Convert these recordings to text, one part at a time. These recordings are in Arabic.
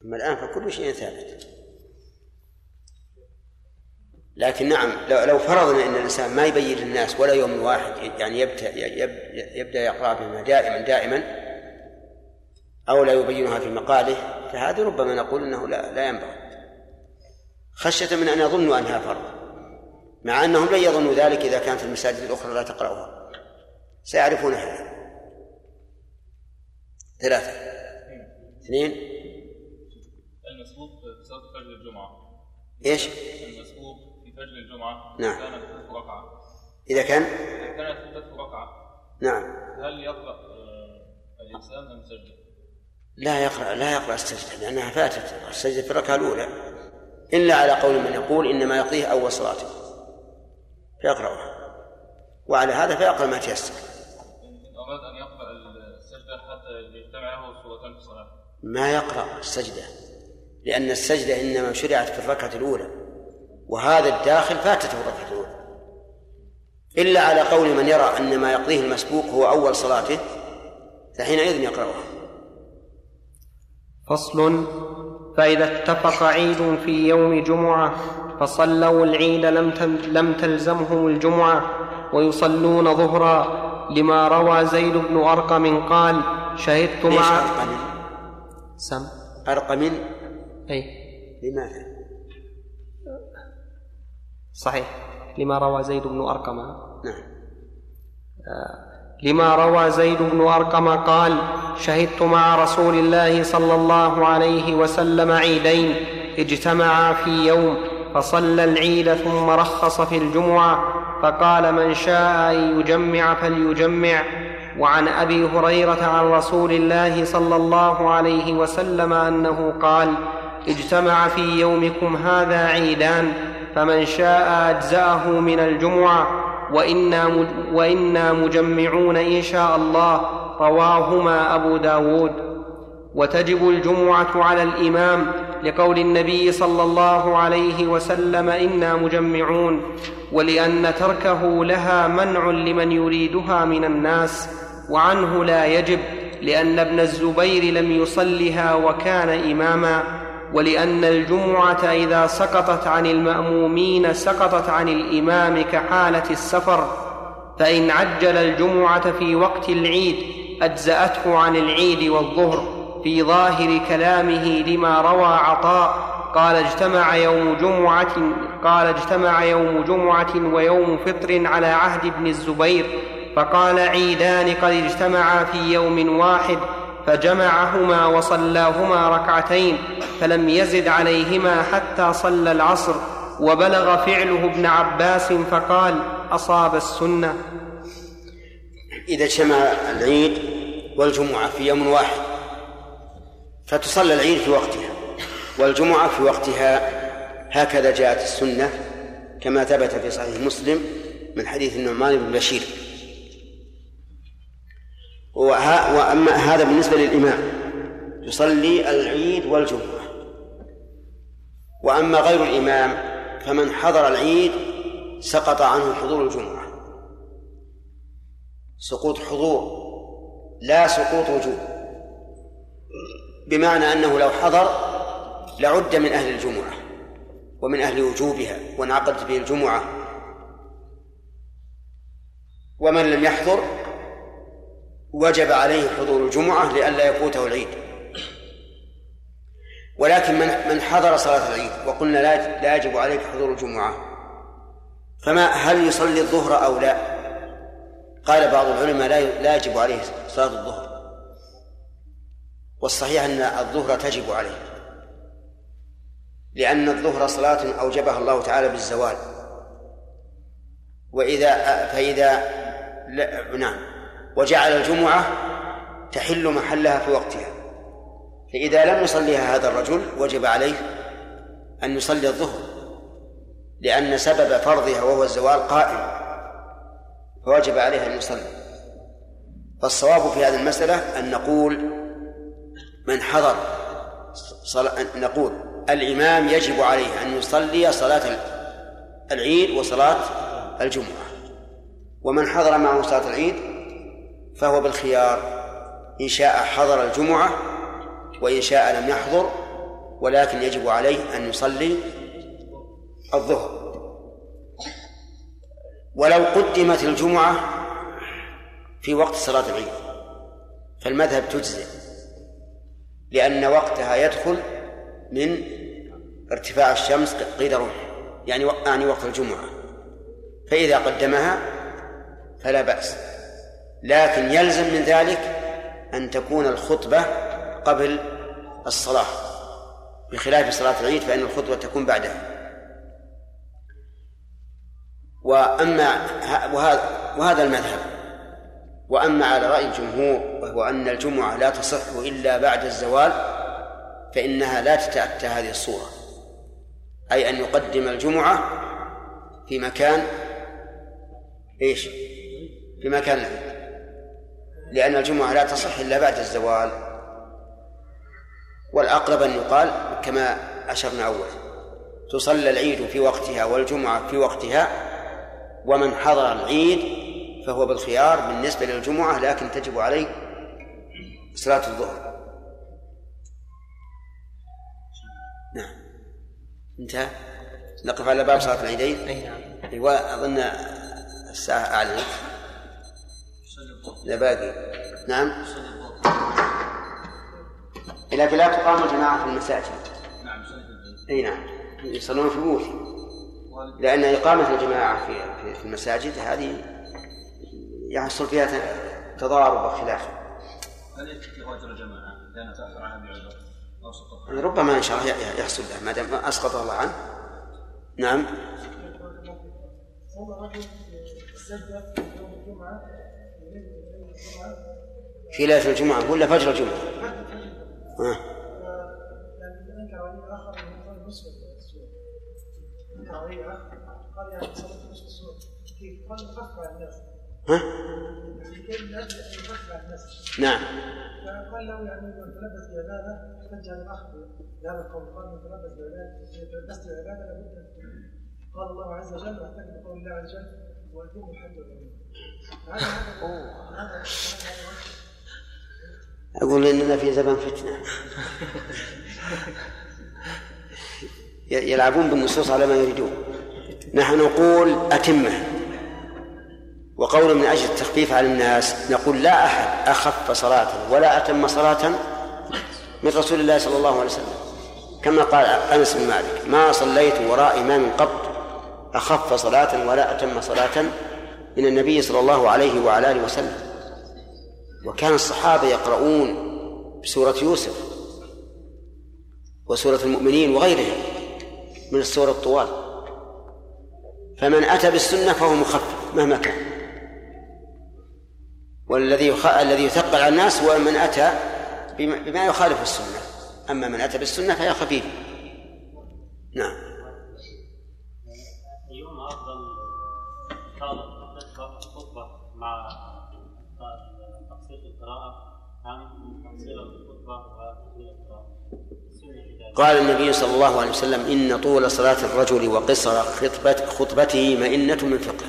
أما الآن فكل شيء ثابت. لكن نعم لو فرضنا أن الإنسان ما يبين للناس ولا يوم واحد، يعني يبدأ يقرأ بما دائما أو لا يبينها في مقاله، فهذا ربما نقول أنه لا ينبغي، خشية من أن يظنوا أنها فرض، مع أنهم لن يظنوا ذلك إذا كانت المساجد الأخرى لا تقرأها، سيعرفون هذا. 3. 2. المسبوق في صلاة فجر الجمعة. إيش؟ المسبوق في فجر الجمعة. نعم. كانت 3 ركعة. إذا كانت 3 ركعة. نعم. هل يقرأ الإنسان أم سجد؟ لا يقرأ السجدة، لأنها فاتت السجدة في الركعة الأولى، إلا على قول من يقول إنما يقضيه أول صلاته فيقرأها، وعلى هذا فيقرأ ما تيسر. إن أراد أن يقرأ السجدة حتى يجتمع له سورتان في الصلاة ما يقرأ السجدة، لأن السجدة إنما شرعت في الركعة الأولى، وهذا الداخل فاتته الركعة الأولى، إلا على قول من يرى أن ما يقضيه المسبوق هو أول صلاته، فحينئذ يقرأها. فصل: فإذا اتفق عيد في يوم جمعة فصلوا العيد لم تلزمهم الجمعة ويصلون ظهرا، لما روى زيد بن أرقم قال: شهدت مع أرقم أي لماذا؟ صحيح، لما روى زيد بن أرقم. نعم. لما روى زيد بن أرقم قال: شهدت مع رسول الله صلى الله عليه وسلم عيدين اجتمعا في يوم، فصلى العيد ثم رخص في الجمعة، فقال: من شاء أن يجمع فليجمع. وعن أبي هريرة عن رسول الله صلى الله عليه وسلم أنه قال: اجتمع في يومكم هذا عيدان، فمن شاء أجزأه من الجمعة، وإنا مجمعون إن شاء الله. رواهما أبو داود. وتجب الجمعة على الإمام لقول النبي صلى الله عليه وسلم: إنا مجمعون، ولأن تركه لها منع لمن يريدها من الناس. وعنه لا يجب، لأن ابن الزبير لم يصلها وكان إماما، ولأن الجمعة إذا سقطت عن المأمومين سقطت عن الإمام كحالة السفر، فإن عجل الجمعة في وقت العيد أجزأته عن العيد والظهر، في ظاهر كلامه لما روى عطاء قال: اجتمع يوم جمعة ويوم فطر على عهد ابن الزبير، فقال: عيدان قد اجتمعا في يوم واحد، فجمعهما وصلاهما ركعتين، فلم يزد عليهما حتى صلى العصر. وبلغ فعله ابن عباس فقال: أصاب السنة. إذا اجتمع العيد والجمعة في يوم واحد فتصلى العيد في وقتها والجمعة في وقتها، هكذا جاءت السنة كما ثبت في صحيح مسلم من حديث النعمان بن بشير. وأما هذا بالنسبة للإمام يصلي العيد والجمعة. وأما غير الإمام فمن حضر العيد سقط عنه حضور الجمعة، سقوط حضور لا سقوط وجوب، بمعنى أنه لو حضر لعد من أهل الجمعة ومن أهل وجوبها وانعقدت به الجمعة، ومن لم يحضر وجب عليه حضور الجمعة لئلا يفوته العيد. ولكن من حضر صلاة العيد وقلنا لا يجب عليك حضور الجمعة، هل يصلي الظهر أو لا؟ قال بعض العلماء لا يجب عليه صلاة الظهر، والصحيح أن الظهر تجب عليه، لأن الظهر صلاة أوجبها الله تعالى بالزوال، وجعل الجمعة تحل محلها في وقتها، فإذا لم يصليها هذا الرجل وجب عليه أن يصلي الظهر، لأن سبب فرضها وهو الزوال قائم، فوجب عليه أن يصلي. فالصواب في هذه المسألة أن نقول من حضر نقول الإمام يجب عليه أن يصلي صلاة العيد وصلاة الجمعة، ومن حضر معه صلاة العيد فهو بالخيار، إن شاء حضر الجمعة وإن شاء لم يحضر ولكن يجب عليه أن يصلي الظهر. ولو قدمت الجمعة في وقت صلاة العيد فالمذهب تجزئ، لأن وقتها يدخل من ارتفاع الشمس قيد رمح، يعني وقت الجمعة، فإذا قدمها فلا بأس، لكن يلزم من ذلك أن تكون الخطبة قبل الصلاة، بخلاف صلاة العيد فإن الخطبة تكون بعدها. وهذا المذهب. وأما على رأي الجمهور وهو أن الجمعة لا تصح إلا بعد الزوال، فإنها لا تتأتى هذه الصورة، أي أن يقدم الجمعة في مكان في مكان العيد، لأن الجمعة لا تصح إلا بعد الزوال. والأقرب أن يقال كما أشرنا أول: تصلى العيد في وقتها والجمعة في وقتها، ومن حضر العيد فهو بالخيار بالنسبة للجمعة، لكن تجب عليه صلاة الظهر. نعم، انتهى. نقف على باب صلاة العيدين. أيوة، أظن الساعة أعلنت. لا باقي. نعم، لكن لا تقام الجماعة في المساجد. نعم، أي نعم، يصلون في البيوت، لأن إقامة الجماعة في المساجد هذه يحصل فيها تضارب وخلاف. هل يكفي رجل جماعة كان تأخر عنها بعذر أو سقط؟ ربما إن شاء الله يحصل له ما دام أسقط الله عنه. نعم. في ليلة الجمعة ولا فجر الجمعة؟ نعم. فقال له يعني من تلبس بعبادة فجأة الأخ بهذا القول، قال من تلبس بعبادة تلبست بعبادة لابد. قال الله عز وجل: واعتقد بقول الله عز وجل: وأتم الحج والعمرة. أقول إننا في زمن فتنة يلعبون بالنصوص على ما يريدون. نحن نقول أتمه، وقول من أجل التخفيف على الناس نقول لا أحد أخف صلاة ولا أتم صلاة من رسول الله صلى الله عليه وسلم، كما قال أنس بن مالك: ما صليت وراء إمام قط أخف صلاة ولا أتم صلاة من النبي صلى الله عليه وعلى آله وسلم. وكان الصحابة يقرؤون بسورة يوسف وسورة المؤمنين وغيرها من السور الطوال، فمن أتى بالسنة فهو مخفف مهما كان، والذي يثقل على الناس هو من أتى بما يخالف السنة، أما من أتى بالسنة فهي خفيفة. نعم. أيهما أفضل خطبة مع تقصير القراءة أم تقصير الخطبة وتقصير القراءة؟ قال النبي صلى الله عليه وسلم: إن طول صلاة الرجل وقصر خطبته مئنة من فقه.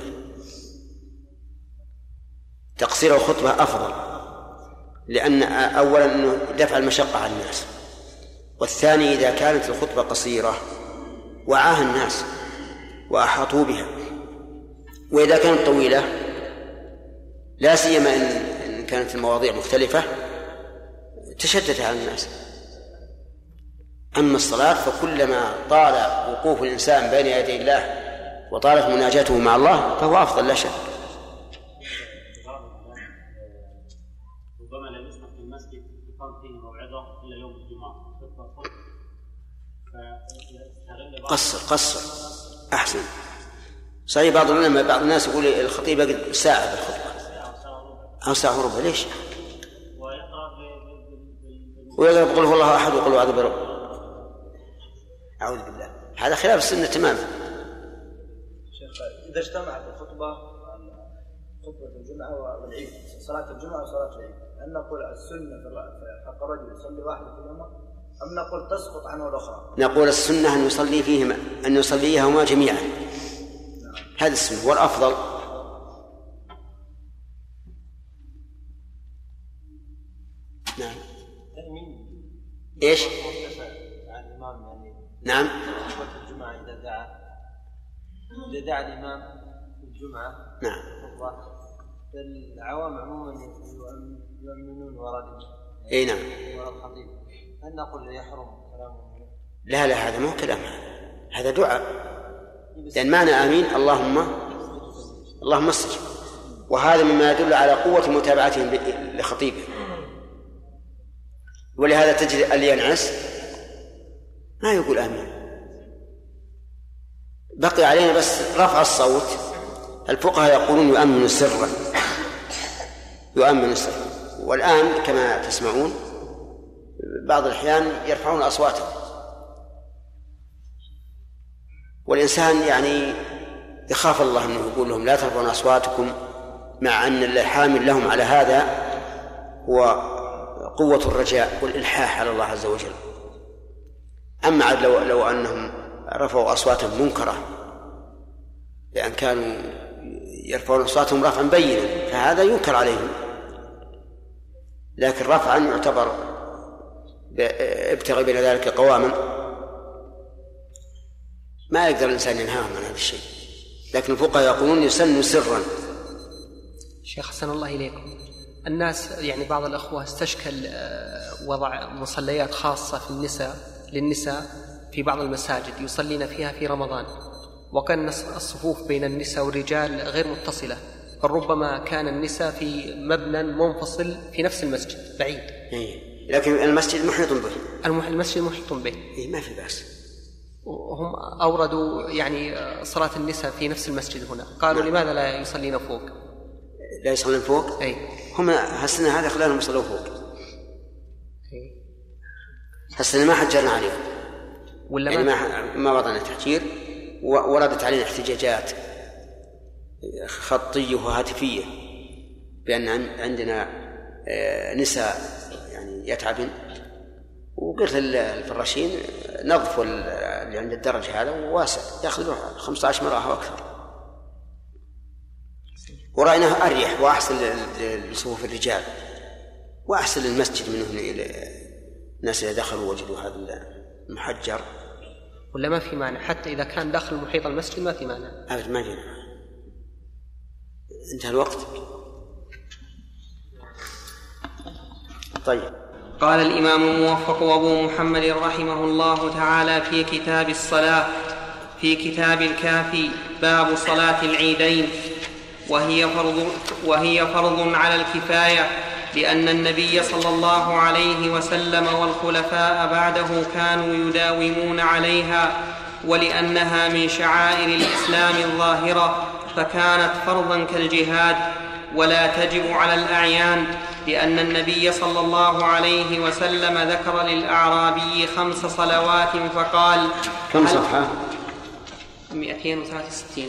تقصير الخطبة أفضل، لأن أولا أنه دفع المشقة عن الناس، والثاني إذا كانت الخطبة قصيرة وعاها الناس وأحاطوا بها، وإذا كانت طويلة لا سيما إن كانت المواضيع مختلفة تشتت على الناس. أما الصلاة فكلما طال وقوف الإنسان بين يدي الله وطالت مناجاته مع الله فهو أفضل لا شك. ربما لا يسمح في المسجد يقام فيه موعظة إلا يوم الجمعة، قصر أحسن. صحيح بعض الناس يقول الخطيب يقعد ساعة بالخطبة أو ساعة وربع، ليش؟ ويقرأ قل هو الله أحد وقل أعوذ برب. أعوذ بالله، هذا خلاف السنة تماما. شيخ، إذا اجتمعت خطبة الجمعة والعيد، صلاة الجمعة وصلاة العيد، هل نقول السنة في حق الرجل يصلي واحد فيهما أم نقول تسقط عنه الأخرى؟ نقول السنة أن يصلي فيهما، أن يصليهما جميعا. هذا السنة والأفضل. نعم. إيش؟ الإمام يعني نعم. خطبة الجمعة إذا دعا الإمام في الجمعة نعم. العوام عموما يؤمنون وراء اي نعم. وراء الخطيب، هل نقول يحرم كلامه؟ لا هذا مو كلام، هذا دعاء، لأن معنى آمين اللهم استجب، وهذا مما يدل على قوة متابعتهم لخطيبه. ولهذا تجد اللي ينعس ما يقول آمين، بقي علينا بس رفع الصوت. الفقهاء يقولون يؤمن سرا، والآن كما تسمعون بعض الأحيان يرفعون أصواتهم، والإنسان يعني يخاف الله أنه يقول لهم لا ترفعون أصواتكم، مع أن الحامل لهم على هذا هو قوة الرجاء والإلحاح على الله عز وجل. أما عاد لو أنهم رفعوا أصواتهم منكرة لأن كانوا يرفعون أصواتهم رفعا بينا فهذا ينكر عليهم، لكن رفعا يعتبر ابتغي بين ذلك قواما، ما يقدر الإنسان ينهاهم عن هذا الشيء، لكن الفقهاء يقولون يسن سرا. شيخ حسن الله إليكم، الناس يعني بعض الأخوة استشكل وضع مصليات خاصة في للنساء في بعض المساجد يصلين فيها في رمضان، وكان الصفوف بين النساء والرجال غير متصلة، فربما كان النساء في مبنى منفصل في نفس المسجد بعيد. لكن المسجد محيط به. المسجد محيط به. ما في بأس. وهم أوردوا يعني صلاة النساء في نفس المسجد هنا، قالوا لماذا لا يصلين فوق؟ لا يصلين فوق؟ هم هالسنة هذا خلالهم يصلوا فوق. هالسنة ما حجرنا عليهم، ولا يعني ما وضعنا تحجير، وردت علينا احتجاجات خطية وهاتفية بأن عندنا نساء يعني يتعبن، وقلت للفراشين نظفوا اللي عند الدرج هذا وواسع يأخذ 15 مرة أو أكثر، ورأيناه أريح وأحسن لصفوف الرجال وأحسن للمسجد منه إلى الناس اللي دخلوا وجدوا هذا المحجر. ولا ما في معنى حتى إذا كان داخل محيط المسجد ما في معنى؟ أبدا ما في. انتهى الوقت. طيب. قال الإمام الموفق أبو محمد رحمه الله تعالى في كتاب الصلاة في كتاب الكافي باب صلاة العيدين، وهي فرض على الكفاية، لأن النبي صلى الله عليه وسلم والخلفاء بعده كانوا يداومون عليها، ولأنها من شعائر الإسلام الظاهرة فكانت فرضا كالجهاد، ولا تجب على الأعيان، لأن النبي صلى الله عليه وسلم ذكر للأعرابي 5 صلوات فقال. كم صفحة؟ 263.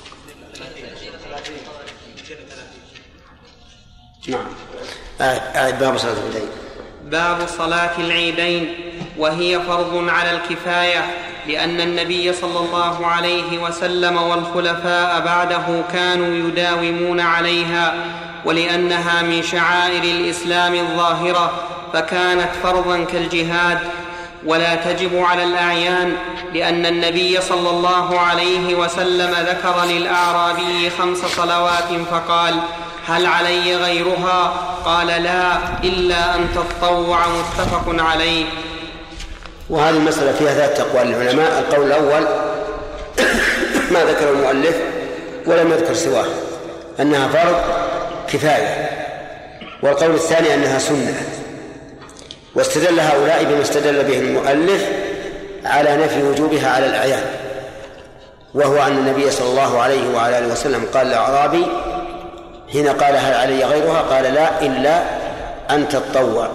نعم. باب صلاة العيدين. باب صلاة العيدين، وهي فرض على الكفاية، لأن النبي صلى الله عليه وسلم والخلفاء بعده كانوا يداومون عليها، ولأنها من شعائر الإسلام الظاهرة فكانت فرضا كالجهاد، ولا تجب على الأعيان، لأن النبي صلى الله عليه وسلم ذكر للأعرابي 5 صلوات فقال: هل علي غيرها؟ قال: لا، إلا أن تتطوع. متفق عليه. وهذه المسألة فيها 3 أقوال للعلماء. القول الأول ما ذكر المؤلف ولم يذكر سواه، أنها فرض كفاية. والقول الثاني أنها سنة، واستدل هؤلاء بما استدل به المؤلف على نفي وجوبها على الأعيان، وهو أن النبي صلى الله عليه وعلى آله وسلم قال للأعرابي هنا قال: هل علي غيرها؟ قال: لا، إلا أن تتطوع.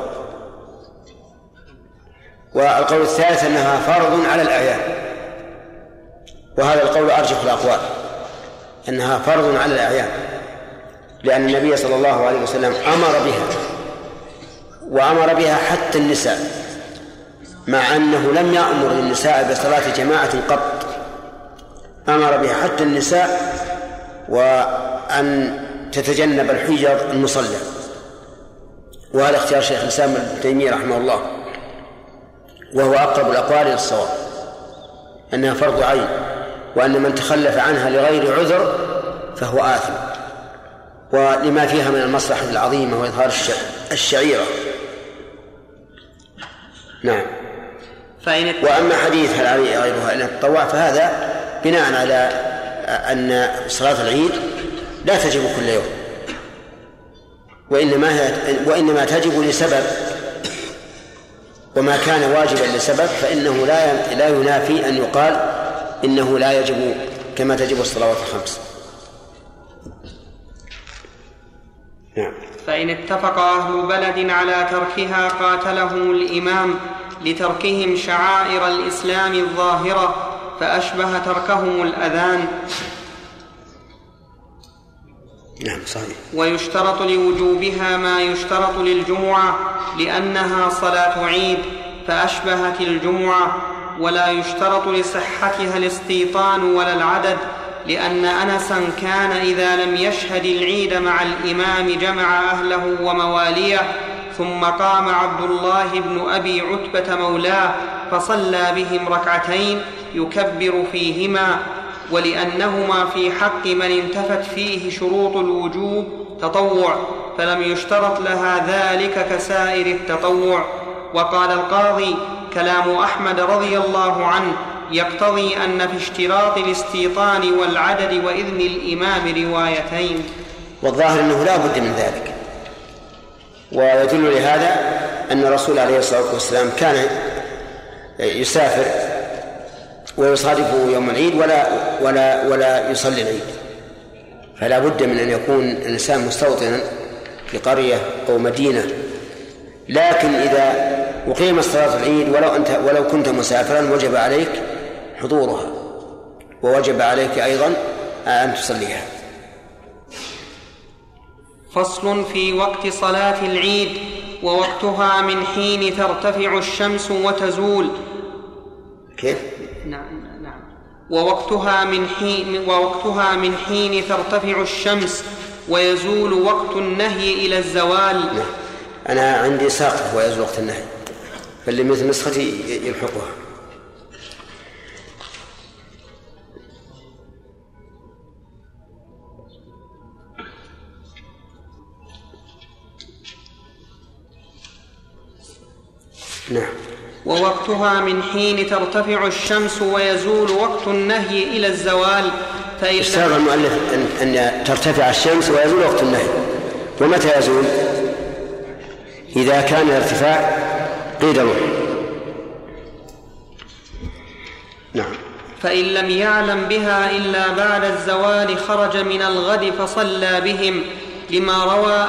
والقول الثالث أنها فرض على الأعيان، وهذا القول أرجح الأقوال، أنها فرض على الأعيان، لأن النبي صلى الله عليه وسلم أمر بها، وأمر بها حتى النساء، مع أنه لم يأمر النساء بصلاة جماعة قط، أمر بها حتى النساء، وأن تتجنب الحجر المصلى. وهذا اختيار شيخ الإسلام ابن تيمية رحمه الله. وهو أقرب الأقوال إلى الصواب أنها فرض عين، وأن من تخلف عنها لغير عذر فهو آثم، ولما فيها من المصلحة العظيمة وإظهار الشعيرة. نعم. وأما حديث هل علي غيرها إلا التطوع فهذا بناء على أن صلاة العيد لا تجب كل يوم، وإنما تجب لسبب، وما كان واجبا لسبب فإنه لا ينافي أن يقال إنه لا يجب كما تجب الصلوات الخمس. نعم. فإن اتفق أهل بلد على تركها قاتلهم الإمام لتركهم شعائر الإسلام الظاهرة، فأشبه تركهم الأذان. نعم صحيح. ويشترط لوجوبها ما يشترط للجمعة لأنها صلاة عيد فأشبهت الجمعة، ولا يشترط لصحتها الاستيطان ولا العدد، لأن أنسا كان إذا لم يشهد العيد مع الإمام جمع أهله ومواليه، ثم قام عبد الله بن أبي عتبة مولاه فصلى بهم ركعتين يكبر فيهما، ولأنهما في حق من انتفت فيه شروط الوجوب تطوع، فلم يشترط لها ذلك كسائر التطوع. وقال القاضي: كلام أحمد رضي الله عنه يقتضي أن في اشتراط الاستيطان والعدد وإذن الإمام روايتين. والظاهر أنه لا بد من ذلك، ويدل لهذا أن الرسول عليه الصلاة والسلام كان يسافر ويصادفه يوم العيد ولا يصلي العيد، فلا بد من أن يكون الإنسان مستوطنا في قرية أو مدينة. لكن إذا أقيمت صلاة العيد ولو كنت مسافرا وجب عليك حضورها، ووجب عليك أيضا أن تصليها. فصل في وقت صلاة العيد: ووقتها من حين ترتفع الشمس وتزول. كيف؟ نعم. ووقتها من حين ترتفع الشمس ويزول وقت النهي إلى الزوال. نعم. أنا عندي ساقط ويزول وقت النهي، فاللي مثل نسختي يلحقها. نعم. ووقتها من حين ترتفع الشمس ويزول وقت النهي إلى الزوال. اشترط المؤلف أن ترتفع الشمس ويزول وقت النهي. ومتى يزول؟ إذا كان الارتفاع قيد الروح. نعم. فإن لم يعلم بها إلا بعد الزوال خرج من الغد فصلى بهم، لما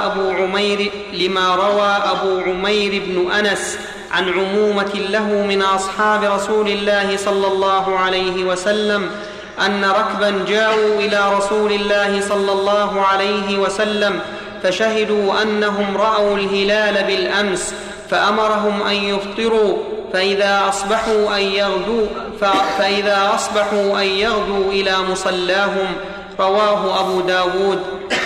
روى أبو عمير بن أنس عن عمومة له من أصحاب رسول الله صلى الله عليه وسلم أن ركبا جاءوا إلى رسول الله صلى الله عليه وسلم فشهدوا أنهم رأوا الهلال بالأمس، فأمرهم أن يفطروا فإذا أصبحوا أن يغدوا إلى مصلاهم. رواه أبو داود.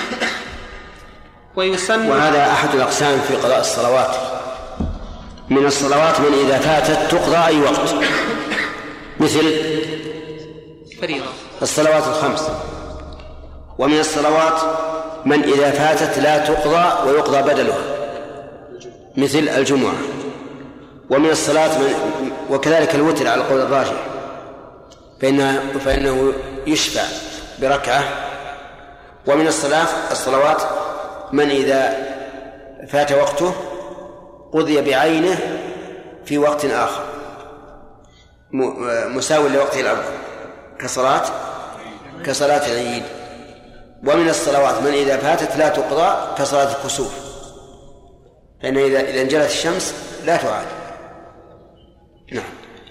وهذا أحد الأقسام في قضاء الصلوات. من الصلوات من إذا فاتت تقضى أي وقت، مثل فريضة الصلوات الخمس. ومن الصلوات من إذا فاتت لا تقضى ويقضى بدلها، مثل الجمعة. ومن الصلاة وكذلك الوتر على القول الراجح، فإنه يشفع بركعة. ومن الصلوات من إذا فات وقته قضي بعينه في وقت آخر مساوي لوقته الأول كصلاة العيد. ومن الصلوات من إذا فاتت لا تقضى كصلاة الكسوف، فإن إذا انجلت الشمس لا تعاد. نعم.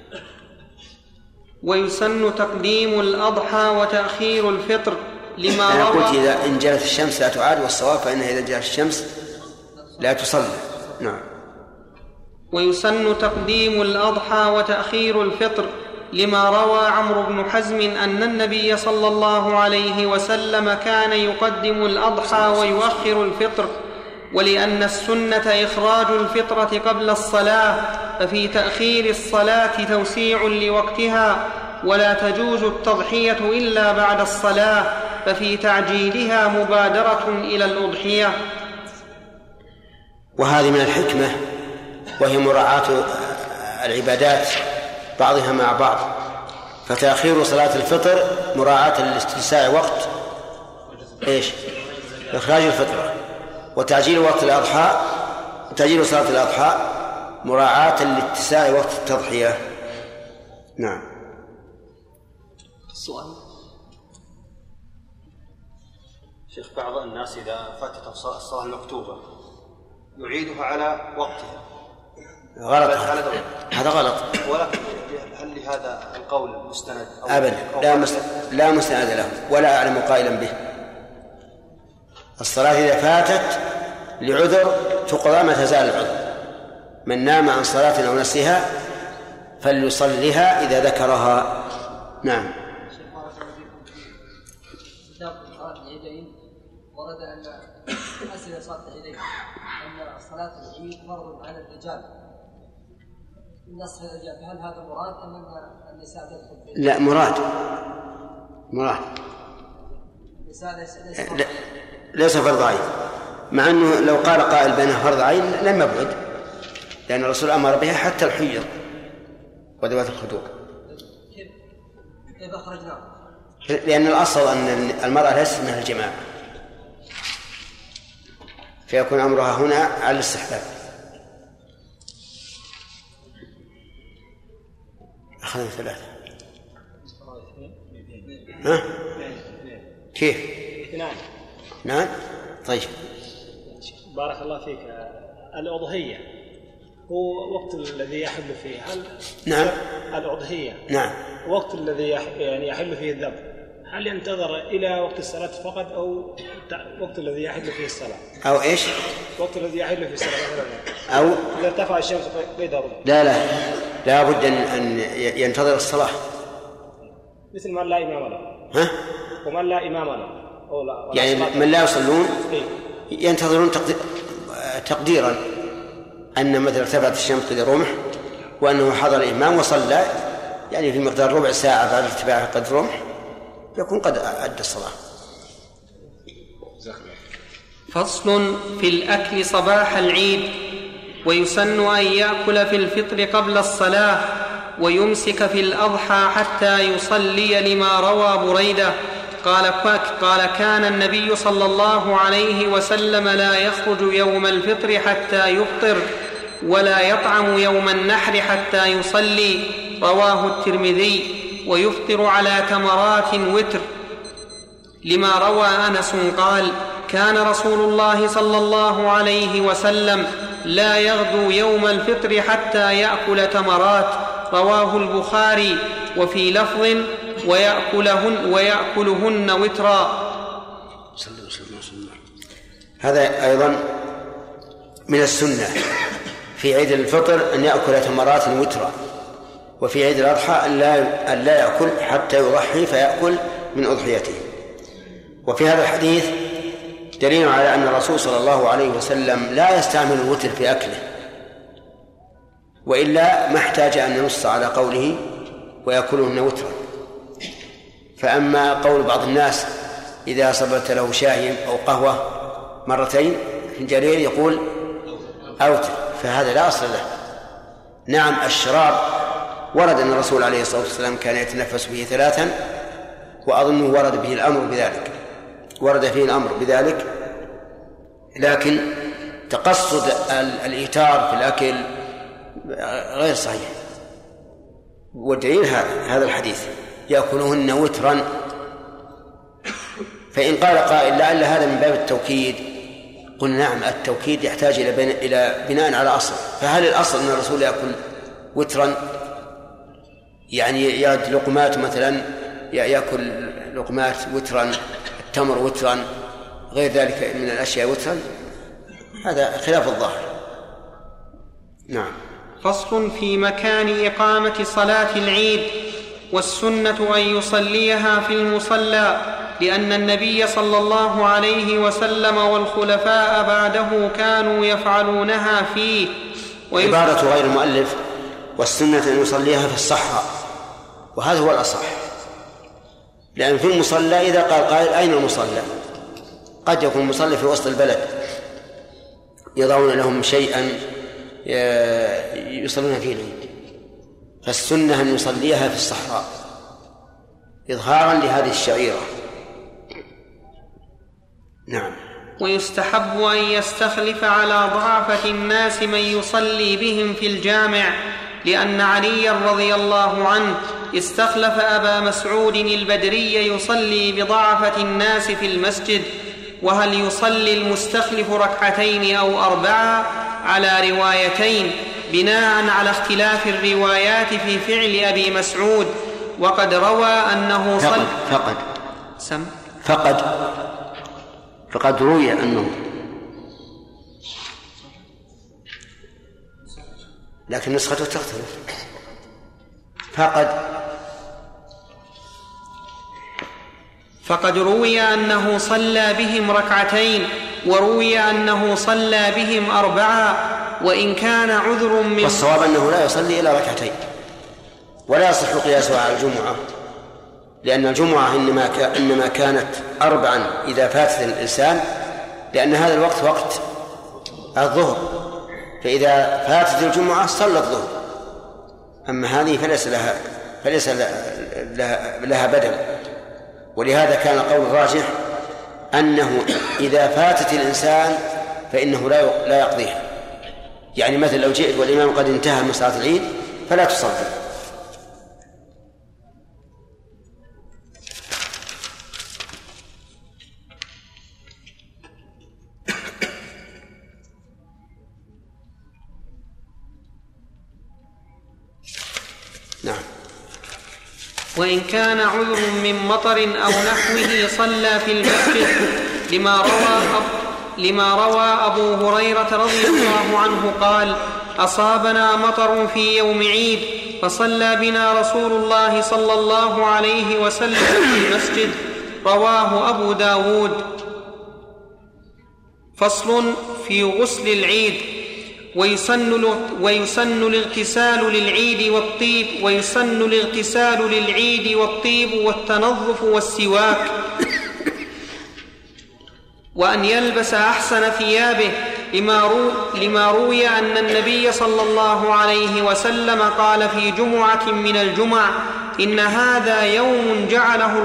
ويسن تقديم الأضحى وتأخير الفطر لما أنا قلت إذا انجلت الشمس لا تعاد، والصواب فإنها إذا انجلت الشمس لا تصلى. نعم. ويسن تقديم الأضحى وتأخير الفطر لما روى عمرو بن حزم أن النبي صلى الله عليه وسلم كان يقدم الأضحى ويؤخر الفطر، ولأن السنة إخراج الفطرة قبل الصلاة، ففي تأخير الصلاة توسيع لوقتها، ولا تجوز التضحية إلا بعد الصلاة، ففي تعجيلها مبادرة إلى الأضحية. وهذه من الحكمة، وهي مراعاة العبادات بعضها مع بعض، فتأخير صلاة الفطر مراعاة لاتساع وقت إخراج الفطرة، وتعجيل وقت الأضحى، تعجيل صلاة الأضحى مراعاة لاتساع وقت التضحية. نعم. السؤال شيخ، بعض الناس إذا فاتته الصلاة المكتوبة يعيدها على وقتها. غلط، هذا غلط. ولكن هل لهذا القول مستند أو أبدا؟ لا مستند له، ولا أعلم قائلا به. الصلاة إذا فاتت لعذر تقضى ما تزال العذر. من نام عن صلاة أو نسيها فليصلها إذا ذكرها. نعم. ورد أن أسئلة صلاة العيدين أن صلاة العيد فرض على الرجال النص الرجال، هل هذا مراد أم أن النساء تدخل فيه؟ لا، مراد. النساء ليس فرض عين، مع أنه لو قال قائل بأنه فرض عين لم يبعد، لأن الرسول أمر بها حتى الحيض وذوات الخدور. كيف أخرجناه؟ لأن الأصل أن المرأة ليست من الجماعة، فيكون أمرها هنا على الاستحباب. أخذنا 3. ها؟ كيف؟ 2. طيب. بارك الله فيك. الأضحية هو وقت الذي يحل فيه، هل نعم الأضحية نعم وقت الذي يعني يحل فيه الذبح، هل ينتظر إلى وقت الصلاة فقط أو وقت الذي يحل فيه الصلاة؟ أو إيش؟ وقت الذي يحل فيه الصلاة مثلا، أو إذا ارتفع الشمس قيد الرمح. لا بد أن ينتظر الصلاة، مثل من لا إمام له. ها؟ ومن لا إمام له أو لا، يعني من لا يصلون ينتظرون تقديرا أن مثلا ارتفعت الشمس قيد الرمح وأنه حضر الإمام وصلى، يعني في مقدار ربع ساعة بعد ارتفاع قدر الرمح يكون قد أدى الصلاة. فصل في الأكل صباح العيد. ويسن أن يأكل في الفطر قبل الصلاة، ويمسك في الأضحى حتى يصلي، لما روى بريدة قال كان النبي صلى الله عليه وسلم لا يخرج يوم الفطر حتى يفطر، ولا يطعم يوم النحر حتى يصلي، رواه الترمذي. ويفطر على تمرات وتر، لما روى أنس قال كان رسول الله صلى الله عليه وسلم لا يغدو يوم الفطر حتى يأكل تمرات، رواه البخاري. وفي لفظ ويأكلهن وترا. هذا أيضا من السنة في عيد الفطر أن يأكل تمرات وترا، وفي عيد الأضحى أن لا يأكل حتى يضحي فيأكل من أضحيته. وفي هذا الحديث دليل على أن الرسول صلى الله عليه وسلم لا يستعمل الوتر في أكله، وإلا ما احتاج أن ننص على قوله ويأكلهن وترا. فأما قول بعض الناس إذا صبت له شاي أو قهوة مرتين فنجانين يقول أوتر، فهذا لا أصل له. نعم الشراب ورد أن الرسول عليه الصلاة والسلام كان يتنفس به 3، وأظنه ورد فيه الأمر بذلك، لكن تقصد الإيتار في الأكل غير صحيح. والدليل هذا الحديث يأكلهن وترا. فإن قال قائل لعل هذا من باب التوكيد، قل نعم التوكيد يحتاج إلى بناء على أصل. فهل الأصل أن الرسول يأكل وترا، يعني يأكل لقمات مثلا، يأكل لقمات وترا، التمر وترا، غير ذلك من الأشياء وترا؟ هذا خلاف الظاهر. نعم. فصل في مكان إقامة صلاة العيد. والسنة أن يصليها في المصلى، لأن النبي صلى الله عليه وسلم والخلفاء بعده كانوا يفعلونها فيه. عبارة غير المؤلف: والسنة أن يصليها في الصحراء، وهذا هو الأصح، لأن في المصلى إذا قال قائل أين المصلى؟ قد يكون المصلى في وسط البلد يضعون لهم شيئا يصلون فيه العيد، فالسنة أن يصليها في الصحراء إظهارا لهذه الشعيرة. نعم. ويستحب أن يستخلف على ضعفة الناس من يصلي بهم في الجامع، لأن علي رضي الله عنه استخلف أبا مسعود البدري يصلي بضعفة الناس في المسجد. وهل يصلي المستخلف ركعتين أو 4؟ على روايتين بناء على اختلاف الروايات في فعل أبي مسعود. وقد روى أنه فقد روي أنه، لكن نسخته تختلف. فقد روي أنه صلى بهم ركعتين، وروي أنه صلى بهم 4، وإن كان عذر من، والصواب أنه لا يصلي إلا ركعتين، ولا يصح قياسها على الجمعة، لأن الجمعة إنما كانت 4 إذا فاتت الإنسان، لأن هذا الوقت وقت الظهر، فإذا فاتت الجمعة صلى الظهر. أما هذه فليس لها بدل. ولهذا كان قول الراجح أنه إذا فاتت الإنسان فإنه لا يقضيها. يعني مثل لو جئت والإمام قد انتهى من صلاة العيد فلا تصلي. نعم. وإن كان عذر من مطر أو نحوه صلى في المسجد، لما روى أبو هريرة رضي الله عنه قال: أصابنا مطر في يوم عيد فصلى بنا رسول الله صلى الله عليه وسلم في المسجد. رواه أبو داود. فصل في غسل العيد. ويسن الاغتسال للعيد والطيب والتنظف والسواك، وأن يلبس أحسن ثيابه، لما روي أن النبي صلى الله عليه وسلم قال في جمعة من الجمع: إن هذا يوم جعله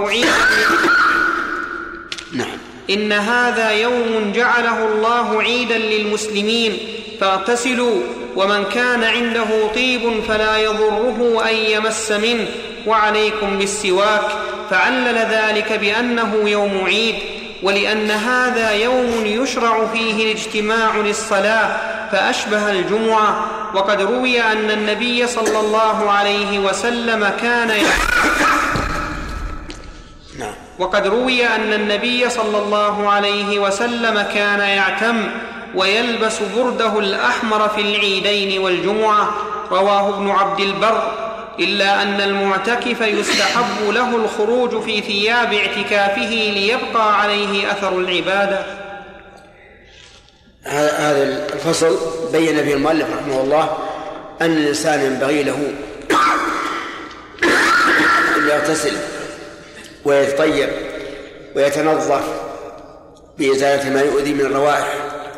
الله عيدا للمسلمين، فاغتسلوا، ومن كان عنده طيب فلا يضره أن يمس منه، وعليكم بالسواك. فعلل ذلك بأنه يوم عيد، ولأن هذا يوم يشرع فيه الاجتماع للصلاة فأشبه الجمعة. وقد روي أن النبي صلى الله عليه وسلم كان يعتم ويلبس برده الأحمر في العيدين والجمعة. رواه ابن عبد البر. إلا أن المعتكف يستحب له الخروج في ثياب اعتكافه ليبقى عليه أثر العبادة. هذا الفصل بين به المؤلف رحمه الله أن الإنسان ينبغي له أن يغتسل ويتطيب ويتنظف بإزالة ما يؤذي من الروائح،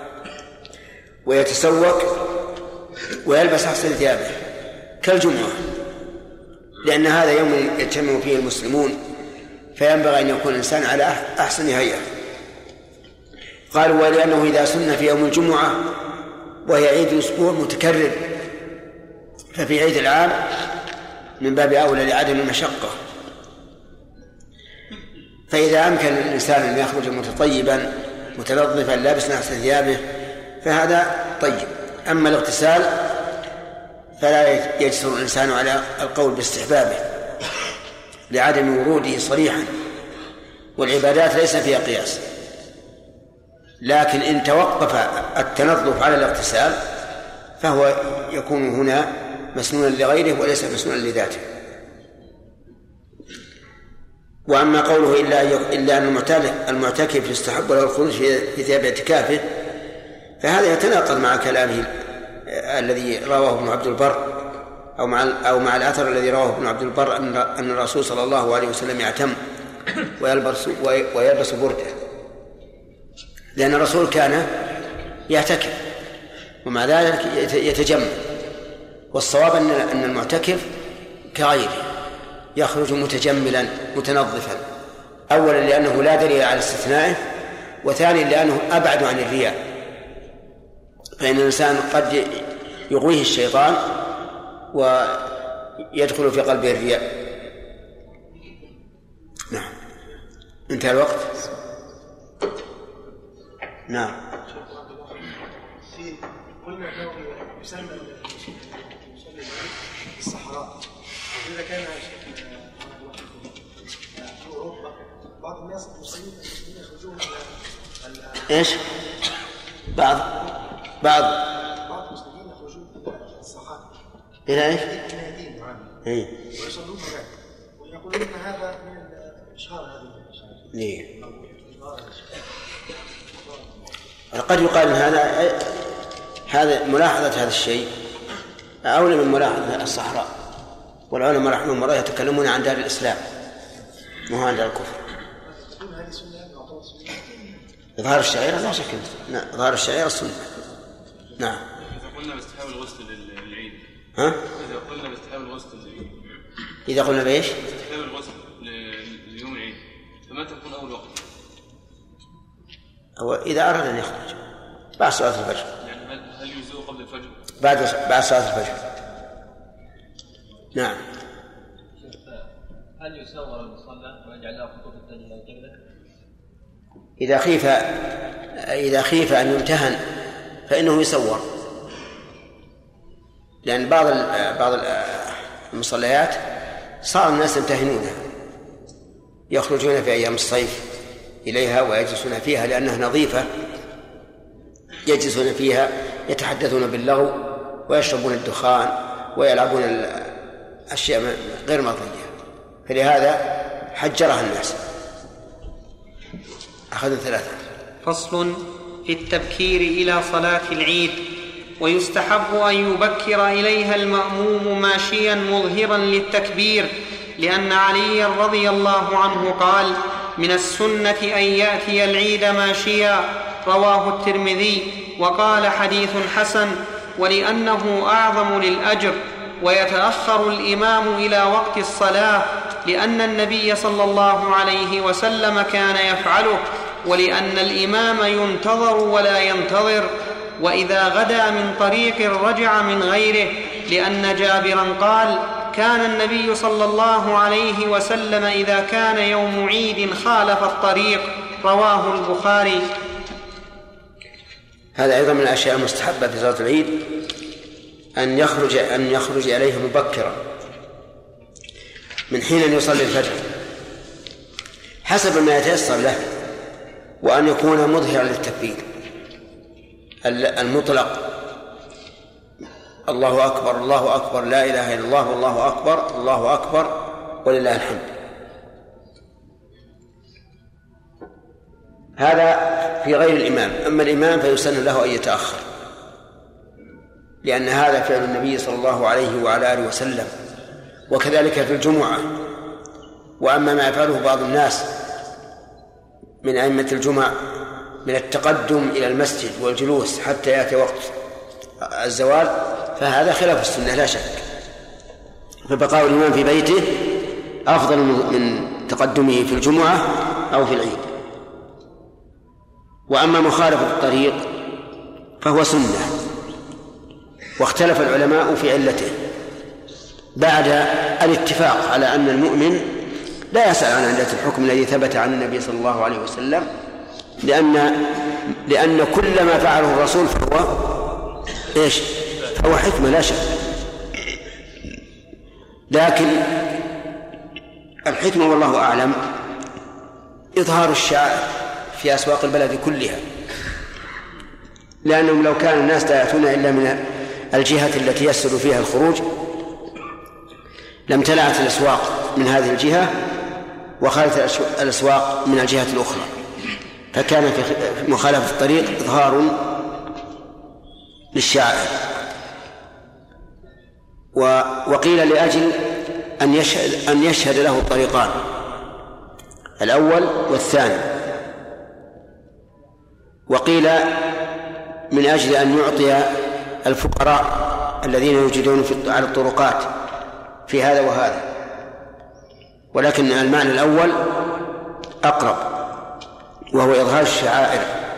ويتسوق ويلبس أحسن ثيابه كالجمعة، لأن هذا يوم يجتمع فيه المسلمون، فينبغي أن يكون الإنسان على أحسن هيئة. قالوا: ولأنه إذا سن في يوم الجمعة وهي عيد أسبوع متكرر، ففي عيد العام من باب أولى لعدم المشقة. فإذا أمكن الإنسان أن يخرج متطيبا متنظفا لابسا أحسن ثيابه فهذا طيب. أما الاغتسال فلا يجسر الإنسان على القول باستحبابه لعدم وروده صريحا، والعبادات ليس فيها قياس. لكن إن توقف التنظف على الاغتسال فهو يكون هنا مسنونا لغيره وليس مسنونا لذاته. وأما قوله إلا أن المعتكف يستحب له الخروج في ثياب اعتكافه، فهذا يتناقض مع كلامه الذي رواه ابن عبد البر أو مع الأثر الذي رواه ابن عبد البر أن الرسول صلى الله عليه وسلم يعتم ويلبس بردة، لأن الرسول كان يعتكف ومع ذلك يتجمل. والصواب أن المعتكف كغيره يخرج متجملا متنظفا، أولا لأنه لا دليل على استثنائه، وثانيا لأنه أبعد عن الرياء، فإن الإنسان قد يغويه الشيطان ويدخل في قلبه الرياء. نعم، انتهى الوقت. نعم. قلنا أنه يسمى الصحراء، إذا كان في أوروبا بعض الناس المسلمين يخرجون إيش؟ بعض المسلمين يخرجون إلى الصحراء إلى إيش؟ النادين ويصلون هناك ويقولون أن هذا من إشهار هذه الشيء. قد يقال أن هذا ملاحظة هذا الشيء أولى من ملاحظة الصحراء، والعلماء رحمهم الله يتكلمون عن دار الإسلام مو عن دار الكفر. إظهار الشعيرة لا شك، إظهار الشعيرة السنة. نعم. إذا قلنا باستحباب الغسل للعيد، إذا قلنا باستحباب الغسل للعيد، إذا قلنا بإيش؟ باستحباب الغسل ليوم العيد، فما تكون أول وقت؟ أو إذا أراد أن يخرج بعد صلاة الفجر. يعني هل يجزئ قبل الفجر؟ بعد صلاة الفجر. نعم. هل يسور المصلى ويجعل له خطوط التجهيز القبلة؟ إذا خيف أن يمتهن فإنه يسور، لأن بعض المصليات صار الناس يمتهنونها، يخرجون في أيام الصيف إليها ويجلسون فيها لأنها نظيفة، يجلسون فيها يتحدثون باللغو ويشربون الدخان ويلعبون الأشياء غير مرضية، فلهذا حجرها الناس. أخذوا 3. فصل في التبكير إلى صلاة العيد. ويستحب أن يبكر إليها المأموم ماشيا مظهرا للتكبير، لأن علي رضي الله عنه قال: من السنة أن يأتي العيد ماشيا، رواه الترمذي، وقال حديث حسن، ولأنه أعظم للأجر. ويتأخر الإمام إلى وقت الصلاة، لأن النبي صلى الله عليه وسلم كان يفعله، ولأن الإمام ينتظر ولا ينتظر. وإذا غدا من طريق رجع من غيره، لأن جابرا قال: كان النبي صلى الله عليه وسلم إذا كان يوم عيد خالف الطريق، رواه البخاري. هذا أيضا من الأشياء المستحبة في صلاة العيد أن يخرج إليه مبكرا من حين أن يصلي الفجر حسب ما يتيسر له، وأن يكون مظهرا للتكبير المطلق: الله أكبر الله أكبر لا إله إلا الله والله أكبر الله أكبر ولله الحمد. هذا في غير الإمام. أما الإمام فيسن له أن يتأخر، لأن هذا فعل النبي صلى الله عليه وعلى آله وسلم، وكذلك في الجمعة. وأما ما يفعله بعض الناس من أئمة الجمع من التقدم إلى المسجد والجلوس حتى يأتي وقت الزوال، فهذا خلاف السنة لا شك، فبقاء الإمام في بيته أفضل من تقدمه في الجمعة أو في العيد. وأما مخالفة الطريق فهو سنة، واختلف العلماء في علته بعد الاتفاق على أن المؤمن لا يسأل عن علة الحكم الذي ثبت عن النبي صلى الله عليه وسلم، لأن كل ما فعله الرسول فهو حكمة لا شك. لكن الحكمة والله أعلم إظهار الشعائر في أسواق البلد كلها، لأنهم لو كان الناس لا يأتون إلا من الجهة التي يسر فيها الخروج لامتلأت الأسواق من هذه الجهة، وخالف الأسواق من الجهة الأخرى، فكان في مخالفة الطريق إظهار للشعائر. وقيل لأجل أن يشهد له الطريقان الأول والثاني، وقيل من أجل أن يعطي الفقراء الذين يوجدون على الطرقات في هذا وهذا، ولكن المعنى الأول أقرب وهو إظهار الشعائر.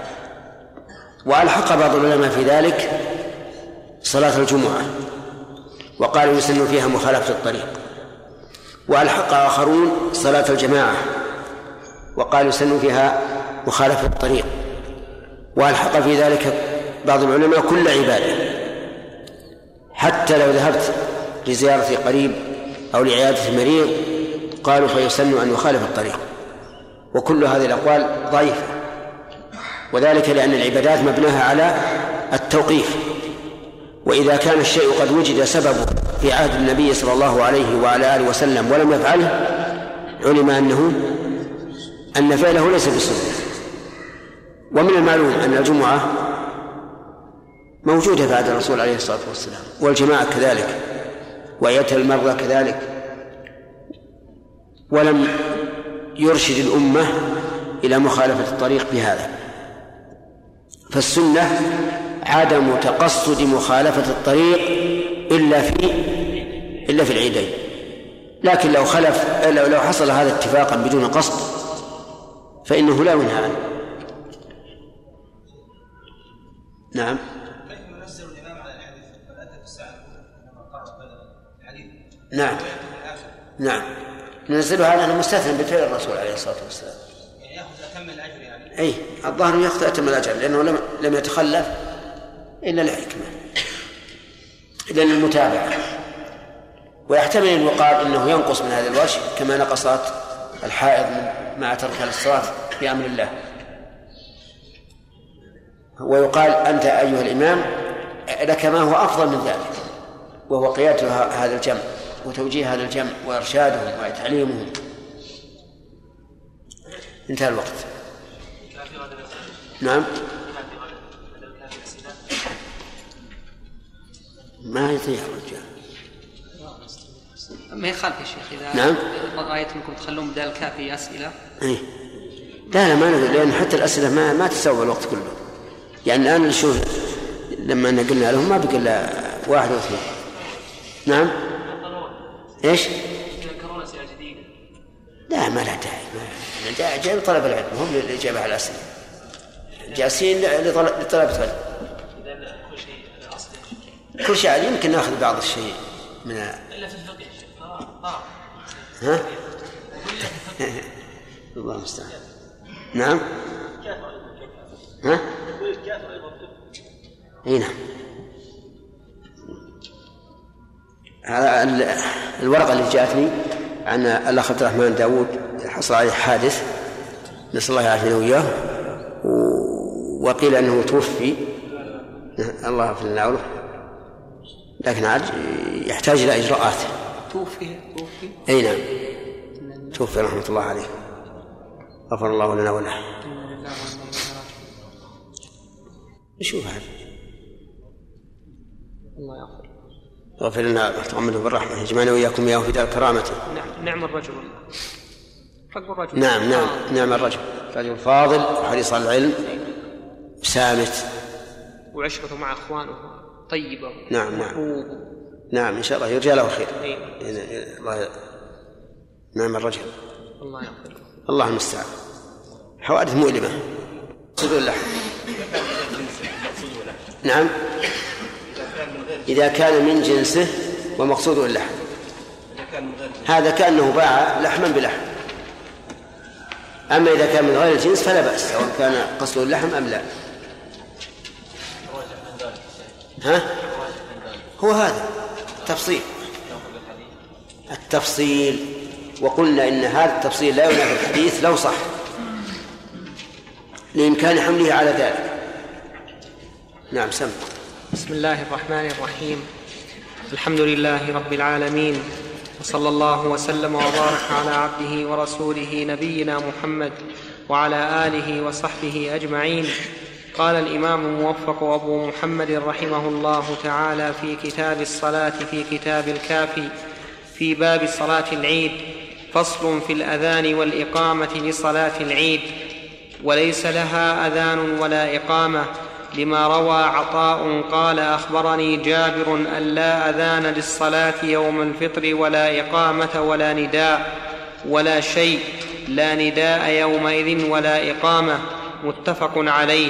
وألحق بعض العلماء في ذلك صلاة الجمعة وقالوا يسن فيها مخالفة الطريق، وألحق آخرون صلاة الجماعة وقالوا يسن فيها مخالفة الطريق، وألحق في ذلك بعض العلماء كل عبادة، حتى لو ذهبت لزيارة قريب أو لعيادة مريض قالوا فيسن أن يخالف الطريق. وكل هذه الأقوال ضعيفة، وذلك لأن العبادات مبناها على التوقيف، وإذا كان الشيء قد وجد سببه في عهد النبي صلى الله عليه وعلى آله وسلم ولم يفعله علم أن فعله ليس بسنة. ومن المعلوم أن الجمعة موجودة بعد الرسول عليه الصلاة والسلام، والجماعة كذلك، وعيادة المرضى كذلك، ولم يرشد الأمة إلى مخالفة الطريق بهذا. فالسنة عدم تقصد مخالفة الطريق إلا في العيدين، لكن لو حصل هذا اتفاقا بدون قصد فإنه لا ينهى عنه. نعم. كيف ينزل الإمام على الحديث بل أتى في الساعة لما قرأ الحديث؟ نعم ننزله على أنه مستثنى بفعل الرسول عليه الصلاة والسلام، يعني يأخذ أتم الأجر يعني. أي الظاهر يأخذ أتم الأجر لأنه لم يتخلف إلا الحكمة إلا المتابعة. ويحتمل أن يقال إنه ينقص من هذا الوجه كما نقصت الحائض مع تركها للصلاة بأمر الله. ويقال أنت أيها الإمام لك ما هو أفضل من ذلك، وهو قيادة هذا الجمع وتوجيه هذا الجمع وإرشادهم وتعليمهم. انتهى الوقت. نعم. ما يطيع الرجال. ما يخالف يا شيخ إذا نعم. رأيت أنكم تخلون بدال الكافي أسئلة. إيه. لا ما نقول، لأن حتى الأسئلة ما تستوعب الوقت كله. يعني الآن نشوف لما قلنا لهم ما بقى إلا 1 أو 2. نعم. إيش؟ يذكرون أسئلة جديدة. لا ما لا داعي، جاي لطلب العلم هم للإجابة على الأسئلة، جالسين لطلب العلم. كل شيء عادي، يمكن نأخذ بعض الشيء من إلا في الفقه. ها؟ الله المستعان. نعم. ها؟ اي نعم. هذا الورقة اللي جاءتني عن الأخ عبد الرحمن داود حصل عليه حادث، نسأل الله يعافينا وإياه، وقيل أنه توفي، الله يغفر لنا وله، لكن عاد يحتاج إلى إجراءات. توفي أي نعم توفي رحمة الله عليه، غفر الله لنا وله. نشوف هذا. الله يغفر. غفر لنا وتغمده بالرحمة، يجمعنا وإياكم إياه في دار كرامته. نعم الرجل. نعم الرجل، رجل فاضل حريص على العلم سامت، وعشرته مع أخوانه طيبة. نعم إن شاء الله يرجى له خير. الله. نعم الرجل. الله يغفر. الله المستعان. حوادث مؤلمة. صدور اللحم. نعم إذا كان من جنسه ومقصوده اللحم، هذا كأنه باع لحما بلحم. أما إذا كان من غير الجنس فلا بأس، سواء كان قصده اللحم أم لا. هو هذا التفصيل، وقلنا إن هذا التفصيل لا ينافي الحديث لو صح، لإمكان حمله على ذلك. نعم سم. بسم الله الرحمن الرحيم. الحمد لله رب العالمين، وصلى الله وسلم وبارك على عبده ورسوله نبينا محمد وعلى آله وصحبه أجمعين. قال الإمام الموفق أبو محمد رحمه الله تعالى في كتاب الصلاة في كتاب الكافي في باب صلاة العيد: فصل في الأذان والإقامة لصلاة العيد، وليس لها أذان ولا إقامة، لما روى عطاء قال: أخبرني جابر أن لا أذان للصلاة يوم الفطر ولا إقامة ولا نداء ولا شيء، لا نداء يومئذ ولا إقامة، متفق عليه.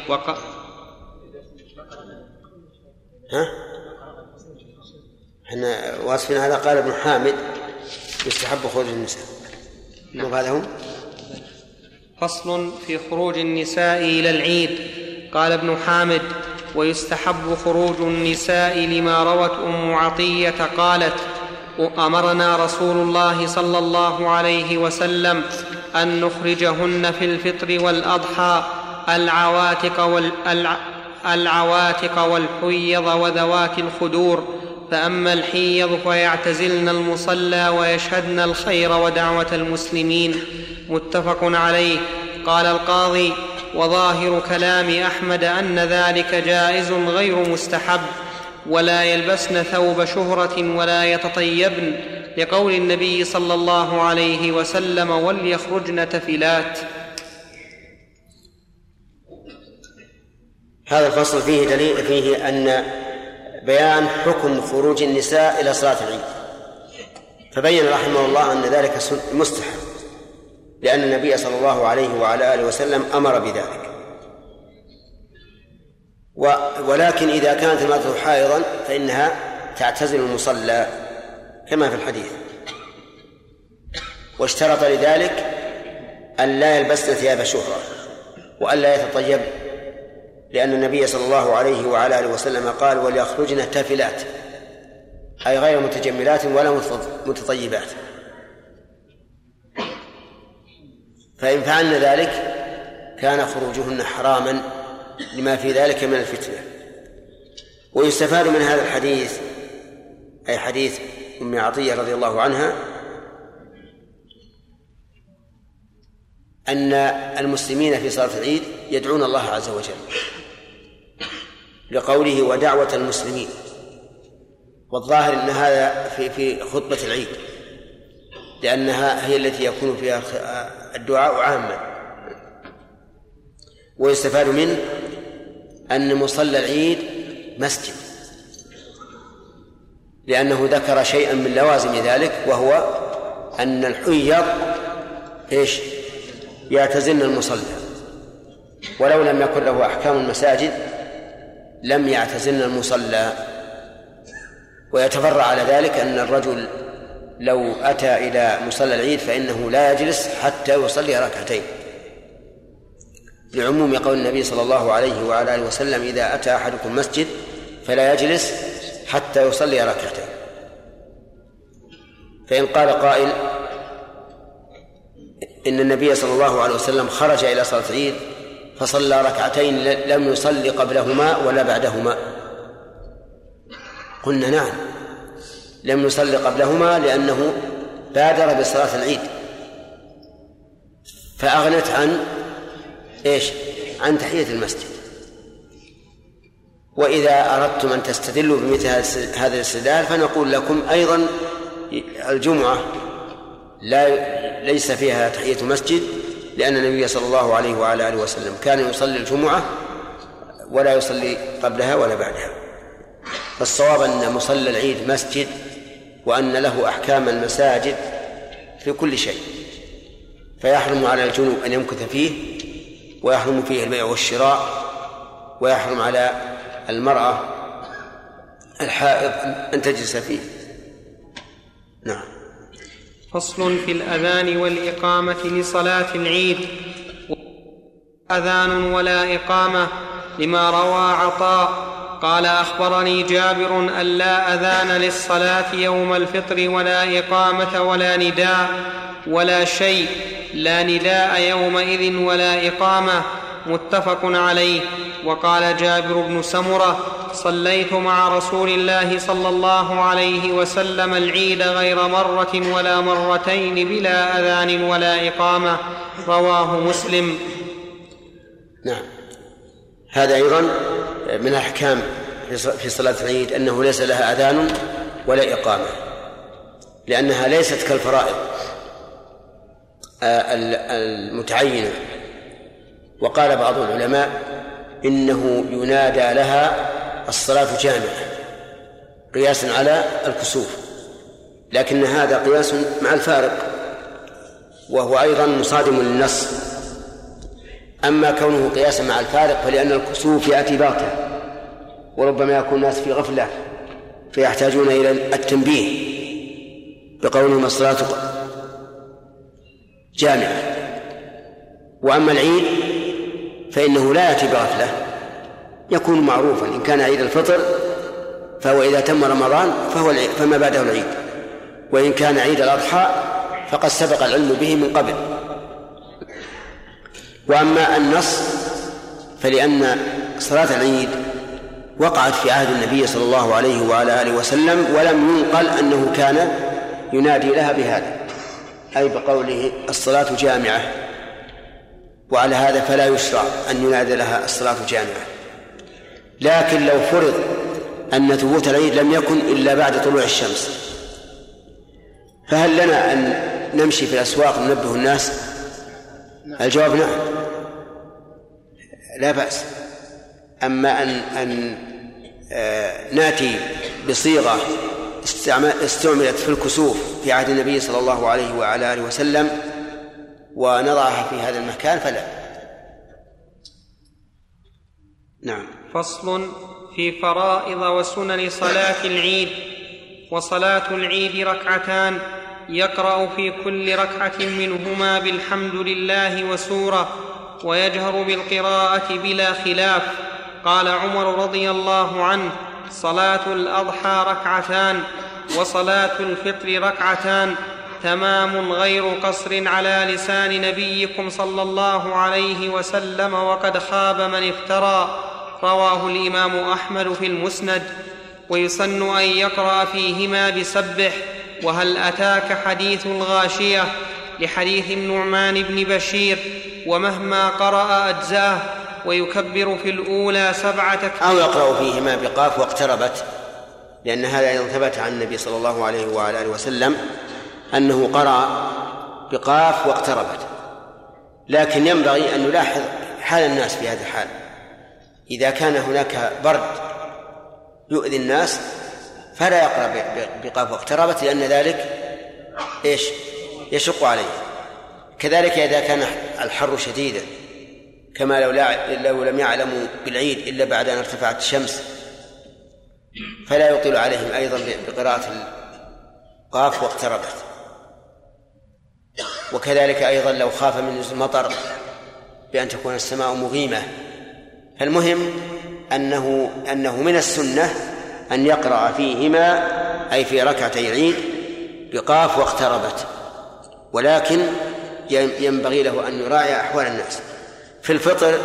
احنا واصفين هذا. قال ابن حامد: يستحب خروج النساء. وهذا هو فصل في خروج النساء إلى العيد. قال ابن حامد: ويستحب خروج النساء لما روت أم عطية قالت: أمرنا رسول الله صلى الله عليه وسلم أن نخرجهن في الفطر والأضحى العواتق والحيض وذوات الخدور، فأما الحيض فيعتزلن المصلى ويشهدن الخير ودعوة المسلمين، متفق عليه. قال القاضي: وظاهر كلام أحمد أن ذلك جائز غير مستحب، ولا يلبسن ثوب شهرة ولا يتطيبن، لقول النبي صلى الله عليه وسلم: وليخرجن تفلات. هذا الفصل فيه دليل فيه أن بيان حكم خروج النساء إلى صلاة العيد، فبين رحمه الله أن ذلك مستحب، لأن النبي صلى الله عليه وعلى آله وسلم أمر بذلك. ولكن إذا كانت المرأة حائضا فإنها تعتزل المصلى كما في الحديث، واشترط لذلك أن لا يلبسن ثياب شهرة وأن لا يتطيب، لأن النبي صلى الله عليه وعلى آله وسلم قال: وليخرجن تافلات، أي غير متجملات ولا متطيبات. فإن فعلن ذلك كان خروجهن حراما لما في ذلك من الفتنة. ويستفاد من هذا الحديث، أي حديث أم عطية رضي الله عنها، أن المسلمين في صلاة العيد يدعون الله عز وجل، لقوله: ودعوة المسلمين. والظاهر أن هذا في خطبة العيد، لأنها هي التي يكون فيها الدعاء عاما. ويستفاد منه أن مصلى العيد مسجد، لأنه ذكر شيئا من لوازم ذلك، وهو أن الحيض يعتزلن المصلى، ولو لم يكن له أحكام المساجد لم يعتزلن المصلى. ويتفرع على ذلك أن الرجل لو أتى إلى مصلى العيد فإنه لا يجلس حتى يصلي ركعتين، لعموم قول النبي صلى الله عليه وعلى آله وسلم: إذا أتى أحدكم المسجد فلا يجلس حتى يصلي ركعتين. فإن قال قائل إن النبي صلى الله عليه وسلم خرج إلى صلاة العيد فصلى ركعتين لم يصلي قبلهما ولا بعدهما، قلنا: نعم، لم يصلي قبلهما لأنه بادر بصلاة العيد، فأغنت عن تحية المسجد. وإذا أردتم أن تستدلوا بمثل هذا الاستدلال فنقول لكم أيضا: الجمعة ليس فيها تحية مسجد، لأن النبي صلى الله عليه وعلى آله وسلم كان يصلي الجمعة ولا يصلي قبلها ولا بعدها. فالصواب أن مصلى العيد مسجد، وأن له أحكام المساجد في كل شيء، فيحرم على الجنوب أن يمكث فيه، ويحرم فيه البيع والشراء، ويحرم على المرأة الحائض أن تجلس فيه. نعم. فصل في الأذان والإقامة لصلاة العيد. أذان ولا إقامة، لما روى عطاء قال: أخبرني جابر أن لا أذان للصلاة يوم الفطر ولا إقامة ولا نداء ولا شيء، لا نداء يومئذ ولا إقامة، متفق عليه. وقال جابر بن سمرة: صليت مع رسول الله صلى الله عليه وسلم العيد غير مرة ولا مرتين بلا أذان ولا إقامة. رواه مسلم. نعم. هذا أيضا من الأحكام في صلاة العيد أنه ليس لها أذان ولا إقامة، لأنها ليست كالفرائض المتعينة. وقال بعض العلماء إنه ينادى لها الصلاة جامعة قياسا على الكسوف، لكن هذا قياس مع الفارق وهو أيضا مصادم للنص. أما كونه قياسا مع الفارق فلأن الكسوف يأتي بغتة، وربما يكون الناس في غفلة فيحتاجون إلى التنبيه بقولهم الصلاة جامعة. وأما العيد فإنه لا يأتي بغفلة، يكون معروفا. إن كان عيد الفطر فهو إذا تم رمضان فما بعده العيد، وإن كان عيد الأضحى فقد سبق العلم به من قبل. وأما النص فلأن صلاة العيد وقعت في عهد النبي صلى الله عليه وعلى آله وسلم، ولم ينقل أنه كان ينادي لها بهذا، أي بقوله الصلاة جامعة. وعلى هذا فلا يشرع أن ينادي لها الصلاة جامعة. لكن لو فرض أن ثبوت العيد لم يكن إلا بعد طلوع الشمس، فهل لنا أن نمشي في الأسواق ننبه الناس؟ الجواب نعم، لا بأس. أما أن نأتي بصيغة استعملت في الكسوف في عهد النبي صلى الله عليه وعلى آله وسلم ونضعها في هذا المكان فلا. نعم. فصل في فرائض وسنن صلاة العيد. وصلاة العيد ركعتان، يقرأ في كل ركعة منهما بالحمد لله وسورة، ويجهر بالقراءة بلا خلاف. قال عمر رضي الله عنه: صلاة الأضحى ركعتان، وصلاة الفطر ركعتان، تمام غير قصر على لسان نبيكم صلى الله عليه وسلم، وقد خاب من افترى. رواه الإمام أحمد في المسند. ويسن أن يقرأ فيهما بسبح وهل أتاك حديث الغاشية لحديث النعمان بن بشير، ومهما قرأ أجزاه. ويكبر في الأولى 7 تكبيرات، أو يقرأ فيهما بقاف واقتربت، لأن هذا أيضا ثبت عن النبي صلى الله عليه وعلى آله وسلم أنه قرأ بقاف واقتربت. لكن ينبغي أن نلاحظ حال الناس في هذا الحال. إذا كان هناك برد يؤذي الناس فلا يقرأ بقاف واقتربت، لأن ذلك يشق عليه. كذلك إذا كان الحر شديدا، كما لو لم يعلموا بالعيد إلا بعد أن ارتفعت الشمس، فلا يطيل عليهم أيضا بقراءة القاف واقتربت. وكذلك أيضا لو خاف من نزول المطر بأن تكون السماء مغيمة. فالمهم أنه من السنة أن يقرأ فيهما، أي في ركعتي العيد، بقاف واقتربت، ولكن ينبغي له أن يراعي أحوال الناس. في الفطر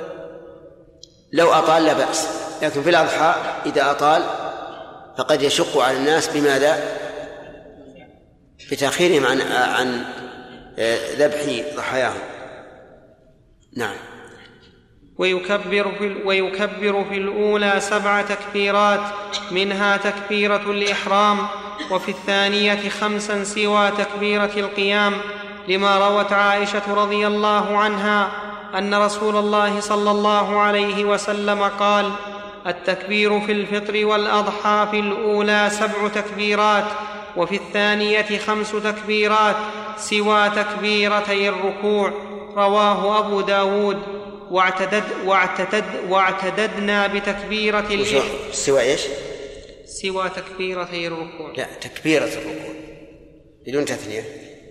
لو أطال لا بأس، لكن في الأضحى إذا أطال فقد يشق على الناس. بماذا؟ بتأخيرهم عن ذبح ضحاياهم. نعم. ويكبر في الأولى 7 تكبيرات، منها تكبيرة الإحرام، وفي الثانية 5 سوى تكبيرة القيام، لما روت عائشة رضي الله عنها أن رسول الله صلى الله عليه وسلم قال: التكبير في الفطر والأضحى في الأولى 7 تكبيرات، وفي الثانية 5 تكبيرات سوى تكبيرتي الركوع. رواه أبو داود. واعتددنا بتكبيرة سوى إيش؟ سوى تكبيرتي الركوع. لا، تكبيرة الركوع بدون تثنية.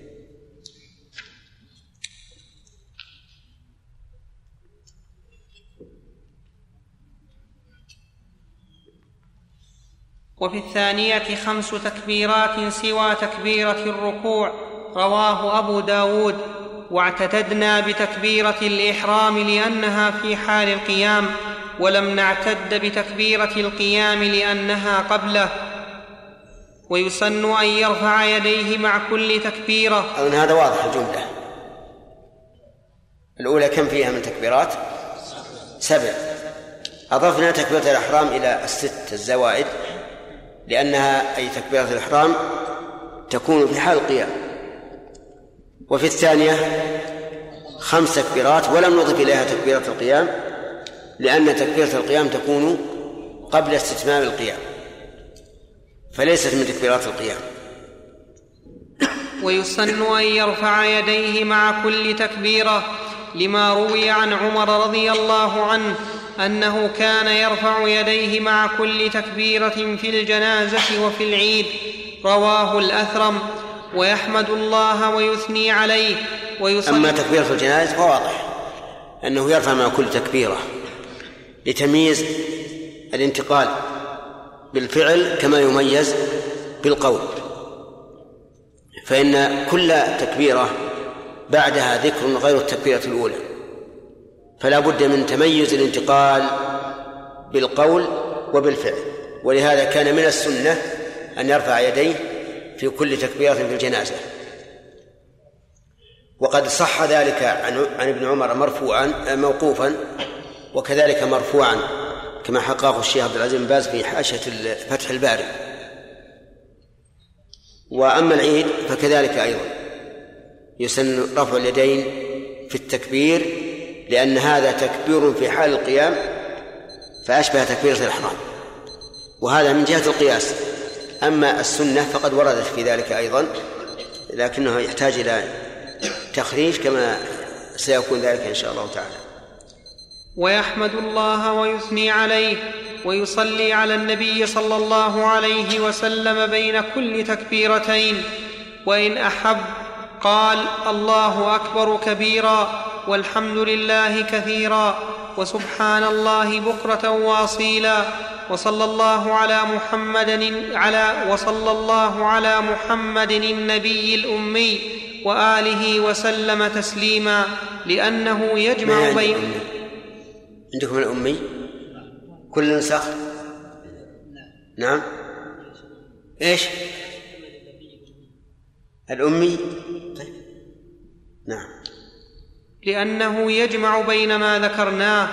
وفي الثانية 5 تكبيرات سوى تكبيرة الركوع. رواه أبو داود. واعتددنا بتكبيرة الإحرام لأنها في حال القيام، ولم نعتد بتكبيرة القيام لأنها قبله. ويسن أن يرفع يديه مع كل تكبيرة. أظن هذا واضح. الجملة الأولى كم فيها من تكبيرات؟ 7. أضفنا تكبيرة الإحرام إلى 6 الزوائد لأنها أي تكبيرة الإحرام تكون في حال القيام. وفي الثانية 5 تكبيرات ولم نضف إليها تكبيرة القيام لأن تكبيرة القيام تكون قبل استتمام القيام فليست من تكبيرات القيام. ويسن أن يرفع يديه مع كل تكبيرة لما روي عن عمر رضي الله عنه أنه كان يرفع يديه مع كل تكبيرة في الجنازة وفي العيد، رواه الأثرم. ويحمد الله ويثني عليه أما تكبيرة الجنازة فواضح أنه يرفع مع كل تكبيرة لتمييز الانتقال بالفعل كما يميز بالقول، فإن كل تكبيرة بعدها ذكر غير التكبيرة الأولى، فلا بد من تميز الانتقال بالقول وبالفعل. ولهذا كان من السنة أن يرفع يديه في كل تكبيرة في الجنازة. وقد صح ذلك عن ابن عمر مرفوعا موقوفا وكذلك مرفوعا كما حققه الشيخ عبد العزيز بن باز في حاشية فتح الباري. وأما العيد فكذلك أيضا يسن رفع اليدين في التكبير لأن هذا تكبير في حال القيام فأشبه تكبيرة الإحرام، وهذا من جهة القياس. أما السنة فقد وردت في ذلك أيضا لكنه يحتاج إلى تخريج كما سيكون ذلك إن شاء الله تعالى. ويحمد الله ويثني عليه ويصلي على النبي صلى الله عليه وسلم بين كل تكبيرتين. وإن أحب قال الله أكبر كبيرا والحمد لله كثيرا وسبحان الله بكرة وأصيلا وصلى الله على محمد النبي الأمي وآله وسلم تسليما لأنه يجمع بين. عندكم الأمي كل نسخ؟ نعم. إيش الأمي؟ طيب. نعم. لأنه يجمع بين ما ذكرناه.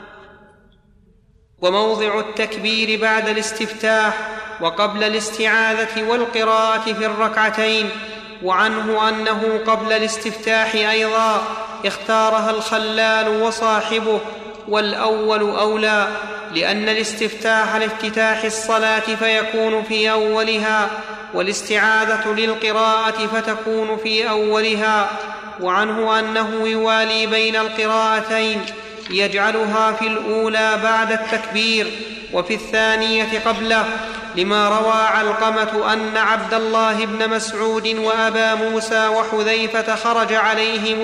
وموضع التكبير بعد الاستفتاح وقبل الاستعاذة والقراءة في الركعتين. وعنه أنه قبل الاستفتاح أيضا اختارها الخلال وصاحبه، والأول أولى، لأن الاستفتاح لافتتاح الصلاة فيكون في أولها، والاستعاذة للقراءة فتكون في أولها. وعنه أنه يوالي بين القراءتين، يجعلها في الأولى بعد التكبير وفي الثانية قبله، لما روى علقمة أن عبد الله بن مسعود وأبا موسى وحذيفة خرج عليهم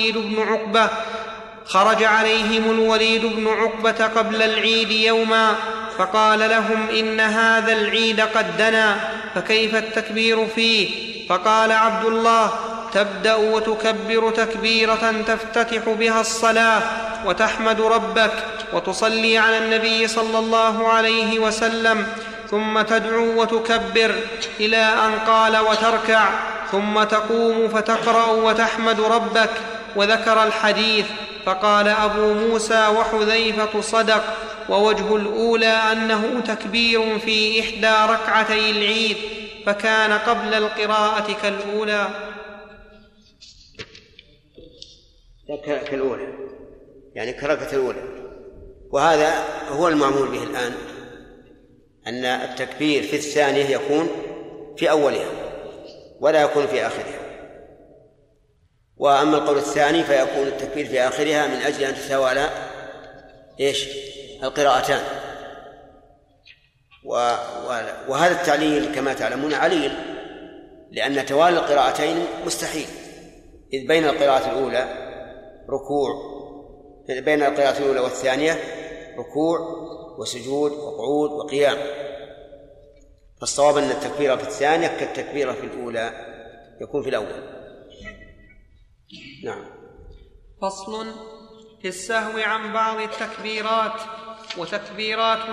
الوليد بن عقبة قبل العيد يوما، فقال لهم إن هذا العيد قد دنا، فكيف التكبير فيه؟ فقال عبد الله: تبدأ وتكبر تكبيرة تفتتح بها الصلاة، وتحمد ربك، وتصلي على النبي صلى الله عليه وسلم، ثم تدعو وتكبر إلى أن قال وتركع، ثم تقوم فتقرأ وتحمد ربك. وذكر الحديث، فقال أبو موسى وحذيفة: صدق. ووجه الأولى أنه تكبير في إحدى ركعتي العيد، فكان قبل القراءة كالأولى. كالأولى يعني كركعة الأولى. وهذا هو المعمول به الآن، أن التكبير في الثانية يكون في أولها ولا يكون في آخرها. وأما القول الثاني فيكون التكبير في آخرها من أجل أن تتوالى القراءتان. وهذا التعليل كما تعلمون عليل، لأن توالي القراءتين مستحيل، إذ بين القراءة الأولى والثانية ركوع وسجود وقعود وقيام. فالصواب أن التكبير في الثانية كالتكبير في الأولى، يكون في الأول. نعم. فصل في السهو عن بعض التكبيرات. وتكبيرات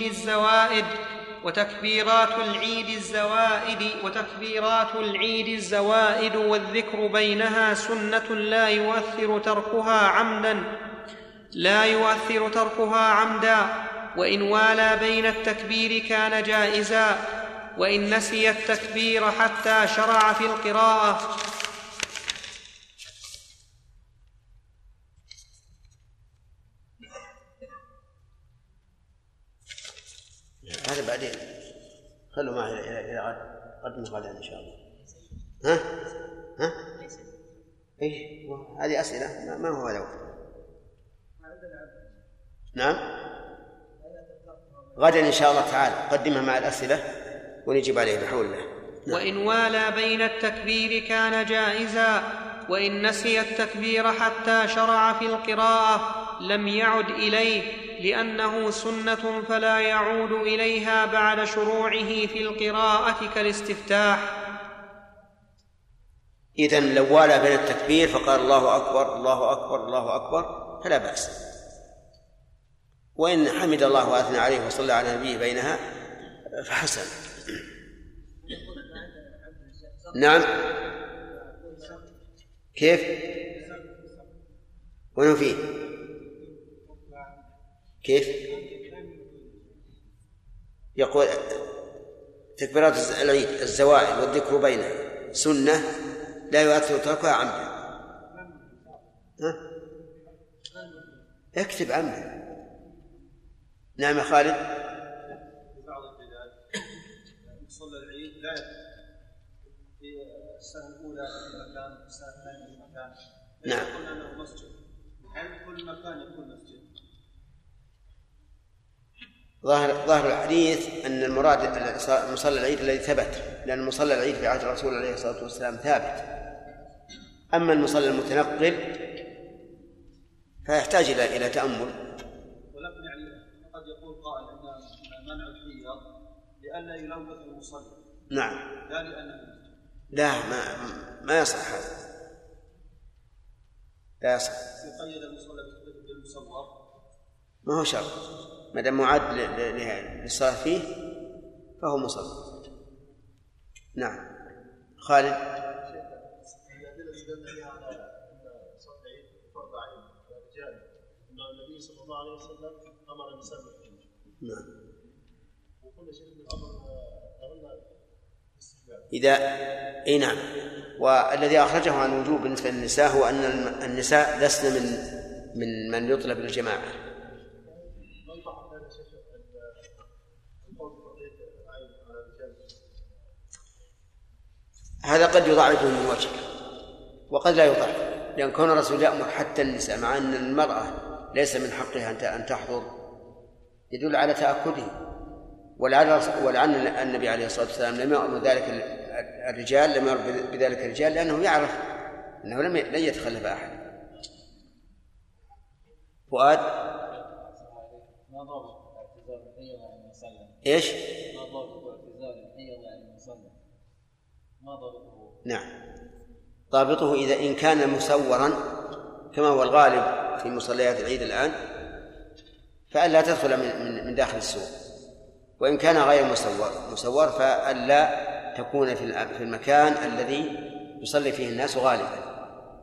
العيد الزوائد والذكر بينها سنة لا يؤثر تركها عمدا وإن والى بين التكبير كان جائزا وإن نسي التكبير حتى شرع في القراءة. هذا بعدين خلوا معي إلى غد غدا إن شاء الله. ها؟ إيه هذه أسئلة ما هو هذا وقت. نعم غدا إن شاء الله تعالى قدمها مع الأسئلة ونجيب عليه بحول الله. نعم. وإن والى بين التكبير كان جائزا وإن نسي التكبير حتى شرع في القراءة لم يعد إليه لأنه سنة فلا يعود إليها بعد شروعه في القراءة كالاستفتاح. إذن لو والى بين التكبير فقال الله أكبر الله أكبر الله أكبر فلا بأس، وإن حمد الله وأثنى عليه وصلى على نبيه بينها فحسن. نعم كيف؟ وين فيه؟ كيف؟ يقول تكبيرات العيد الزوائد والذكر بينها سنة لا يؤثر تركها عمدا. اكتب عمدا. نعم يا خالد. في بعض البلاد مصلى العيد لا في السنة الأولى في مكان السنة الثانية في مكان. نعم. يقول أنه مسجد. هل كل مكان يكون مسجد؟ ظاهر الحديث أن المراد مصلى العيد الذي ثبت، لأن مصلى العيد في عهد الرسول عليه الصلاة والسلام ثابت. أما المصلى المتنقل فيحتاج إلى تأمل. ولكن يعني قد يقول قائل أن منع الحيض لئلا يلوث المصلي. نعم. لا لأنه لا ما يصح هذا. لا يصح. يقيد المصلى بالمصور. ما هو شرط، ما دام معد للصلاة فيه فهو مصلى. نعم. خالد. النبي صلى الله عليه وسلم أمر النساء بالحج. نعم. وكل شيء من الأمر إذا أي نعم. والذي أخرجه عن وجوب بالنسبة للنساء هو أن النساء لسن من يطلب الجماعة. هذا قد يضعفه من وجه وقد لا يضعف، لأن كون الرسول يأمر حتى النساء مع أن المرأة ليس من حقها أن تحضر يدل على تأكده. ولعل النبي عليه الصلاة والسلام لم يأمر ذلك الرجال، لم يأمر بذلك الرجال لأنه يعرف أنه لن يتخلف أحد. فؤاد. ما ضابط اعتزال الحيض عن المصلى؟ إيش؟ ما ضابط اعتزال الحيض عن المصلى؟ ما ضابطه؟ نعم. ضابطه إن كان مسورا كما هو الغالب في مصليات العيد الآن فألا تدخل من داخل السور، وإن كان غير مسور فألا تكون في المكان الذي يصلي فيه الناس غالبا.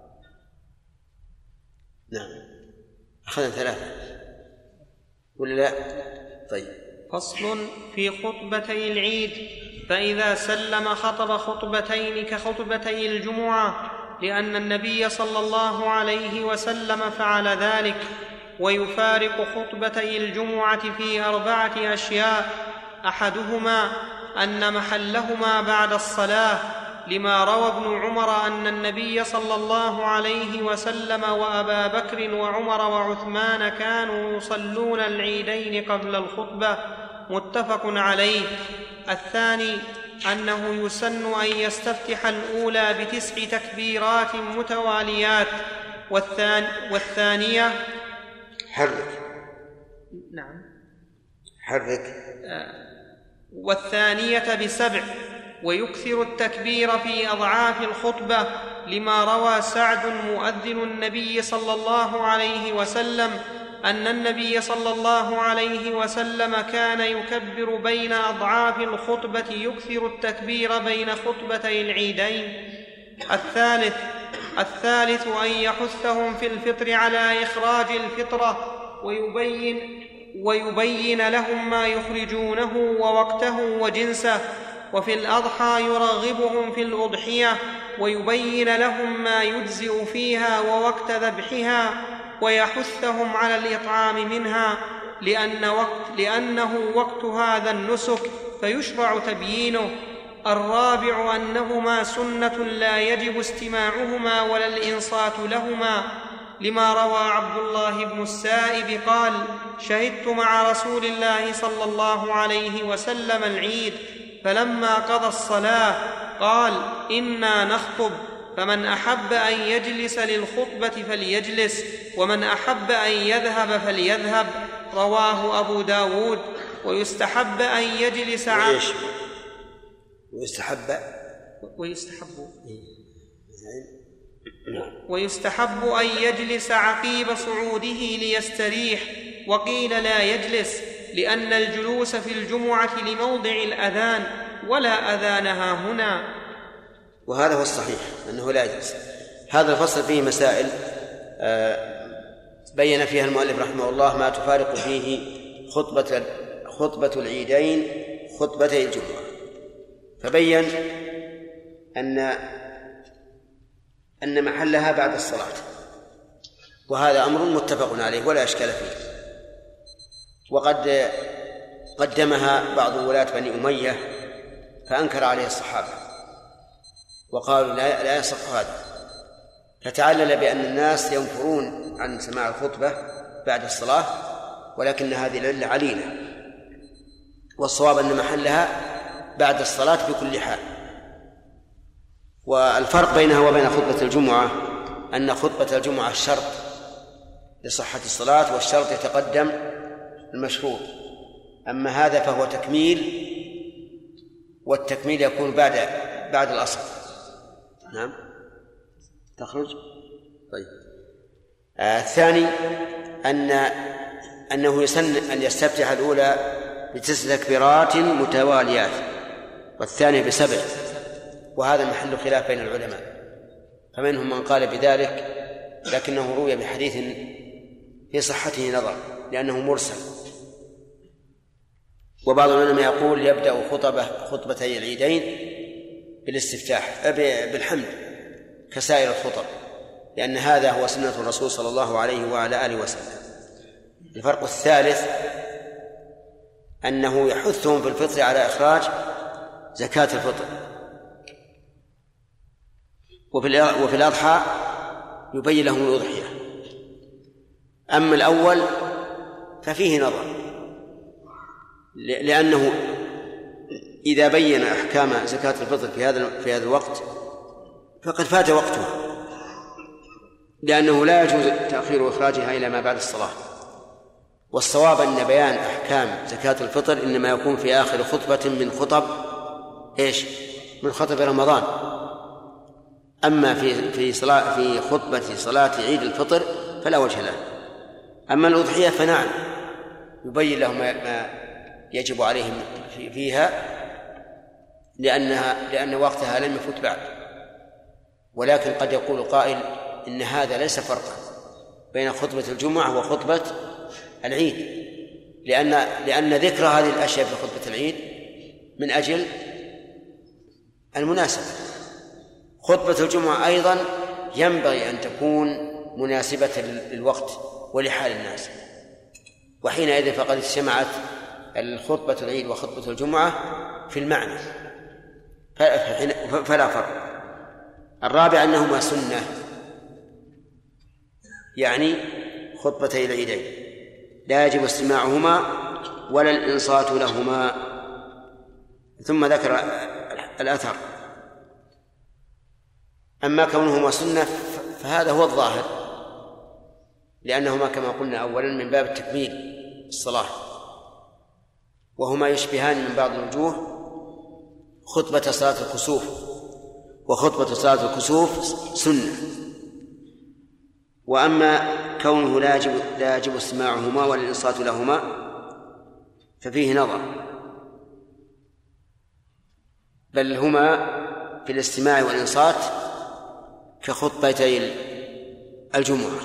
نعم. أخذنا 3 ولا لا؟ طيب. فصل في خطبتي العيد. فإذا سلم خطب خطبتين كخطبتي الجمعة، لأن النبي صلى الله عليه وسلم فعل ذلك. ويفارق خطبتي الجمعة في 4 أشياء: أحدهما أن محلهما بعد الصلاة، لما روى ابن عمر أن النبي صلى الله عليه وسلم وأبا بكر وعمر وعثمان كانوا يصلون العيدين قبل الخطبة، متفق عليه. الثاني أنه يسن أن يستفتح الأولى ب9 تكبيرات متواليات، والثانية حرك. نعم. حرك. والثانية ب7، ويكثر التكبير في أضعاف الخطبة، لما روى سعد مؤذن النبي صلى الله عليه وسلم أن النبي صلى الله عليه وسلم كان يكبر بين أضعاف الخطبة يكثر التكبير بين خطبتي العيدين. الثالث أن يحثهم في الفطر على إخراج الفطرة ويبين لهم ما يخرجونه ووقته وجنسه. وفي الأضحى يرغبهم في الأضحية ويبين لهم ما يجزئ فيها ووقت ذبحها، ويحثهم على الإطعام منها لأنه وقت هذا النسك فيشرع تبيينه. الرابع أنهما سنة لا يجب استماعهما ولا الإنصات لهما، لما روى عبد الله بن السائب قال: شهدت مع رسول الله صلى الله عليه وسلم العيد، فلما قضى الصلاة قال: إنا نخطب، فمن أحب أن يجلس للخطبة فليجلس، ومن أحب أن يذهب فليذهب. رواه أبو داود. ويستحب أن يجلس ويستحب أن يجلس عقيب صعوده ليستريح، وقيل لا يجلس، لأن الجلوس في الجمعة لموضع الأذان ولا أذانها هنا. وهذا هو الصحيح أنه لا يجلس. هذا الفصل فيه مسائل بين فيها المؤلف رحمه الله ما تفارق فيه خطبة العيدين خطبتي الجمعة، فبين أن محلها بعد الصلاة، وهذا أمر متفق عليه ولا إشكال فيه. وقد قدمها بعض ولاة بني أمية فأنكر عليه الصحابة وقالوا لا يصح هذا، فتعلل بأن الناس ينفرون عن سماع الخطبة بعد الصلاة، ولكن هذه العلة عليلة، والصواب أن محلها بعد الصلاة بكل حال. والفرق بينها وبين خطبة الجمعة أن خطبة الجمعة شرط لصحة الصلاة، والشرط يتقدم المشروط، أما هذا فهو تكميل، والتكميل يكون بعد الأصل. نعم تخرج. طيب. الثاني أنه يسن أن يستفتح الأولى ب9 تكبيرات متواليات والثانية ب7، وهذا محل خلاف بين العلماء، فمنهم من قال بذلك لكنه روي بحديث في صحته نظر لأنه مرسل، وبعض العلماء يقول يبدأ خطبتي العيدين بالاستفتاح بالحمد كسائر الخطب، لأن هذا هو سنة الرسول صلى الله عليه وعلى آله وسلم. الفرق الثالث أنه يحثهم في الفطر على إخراج زكاة الفطر، وفي الأضحى يبين لهم الأضحية. أما الأول ففيه نظر، لأنه إذا بين أحكام زكاة الفطر في هذا الوقت فقد فات وقتها، لأنه لا يجوز تأخير إخراجها إلى ما بعد الصلاة. والصواب أن بيان أحكام زكاة الفطر إنما يكون في آخر خطبة من خطب رمضان. أما في خطبة صلاة عيد الفطر فلا وجه له. أما الأضحية فنعم يبين لهم ما يجب عليهم فيها، لأن وقتها لم يفوت بعد. ولكن قد يقول قائل إن هذا ليس فرقا بين خطبة الجمعة وخطبة العيد، لأن ذكر هذه الأشياء في خطبة العيد من أجل المناسبة. خطبة الجمعة أيضا ينبغي أن تكون مناسبة للوقت ولحال الناس، وحينئذ فقد اجتمعت الخطبة العيد وخطبة الجمعة في المعنى فلا فرق. الرابع أنهما سنة، يعني خطبتي العيدين لا يجب استماعهما ولا الإنصات لهما. ثم ذكر الأثر. أما كونهما سنة فهذا هو الظاهر، لأنهما كما قلنا أولا من باب التكميل الصلاة، وهما يشبهان من بعض الوجوه خطبة صلاة الكسوف، وخطبة صلاة الكسوف سنة، وأما كونه لا يجب استماعهما والإنصات لهما ففيه نظر، بل هما في الاستماع والإنصات كخطبتي الجمعة،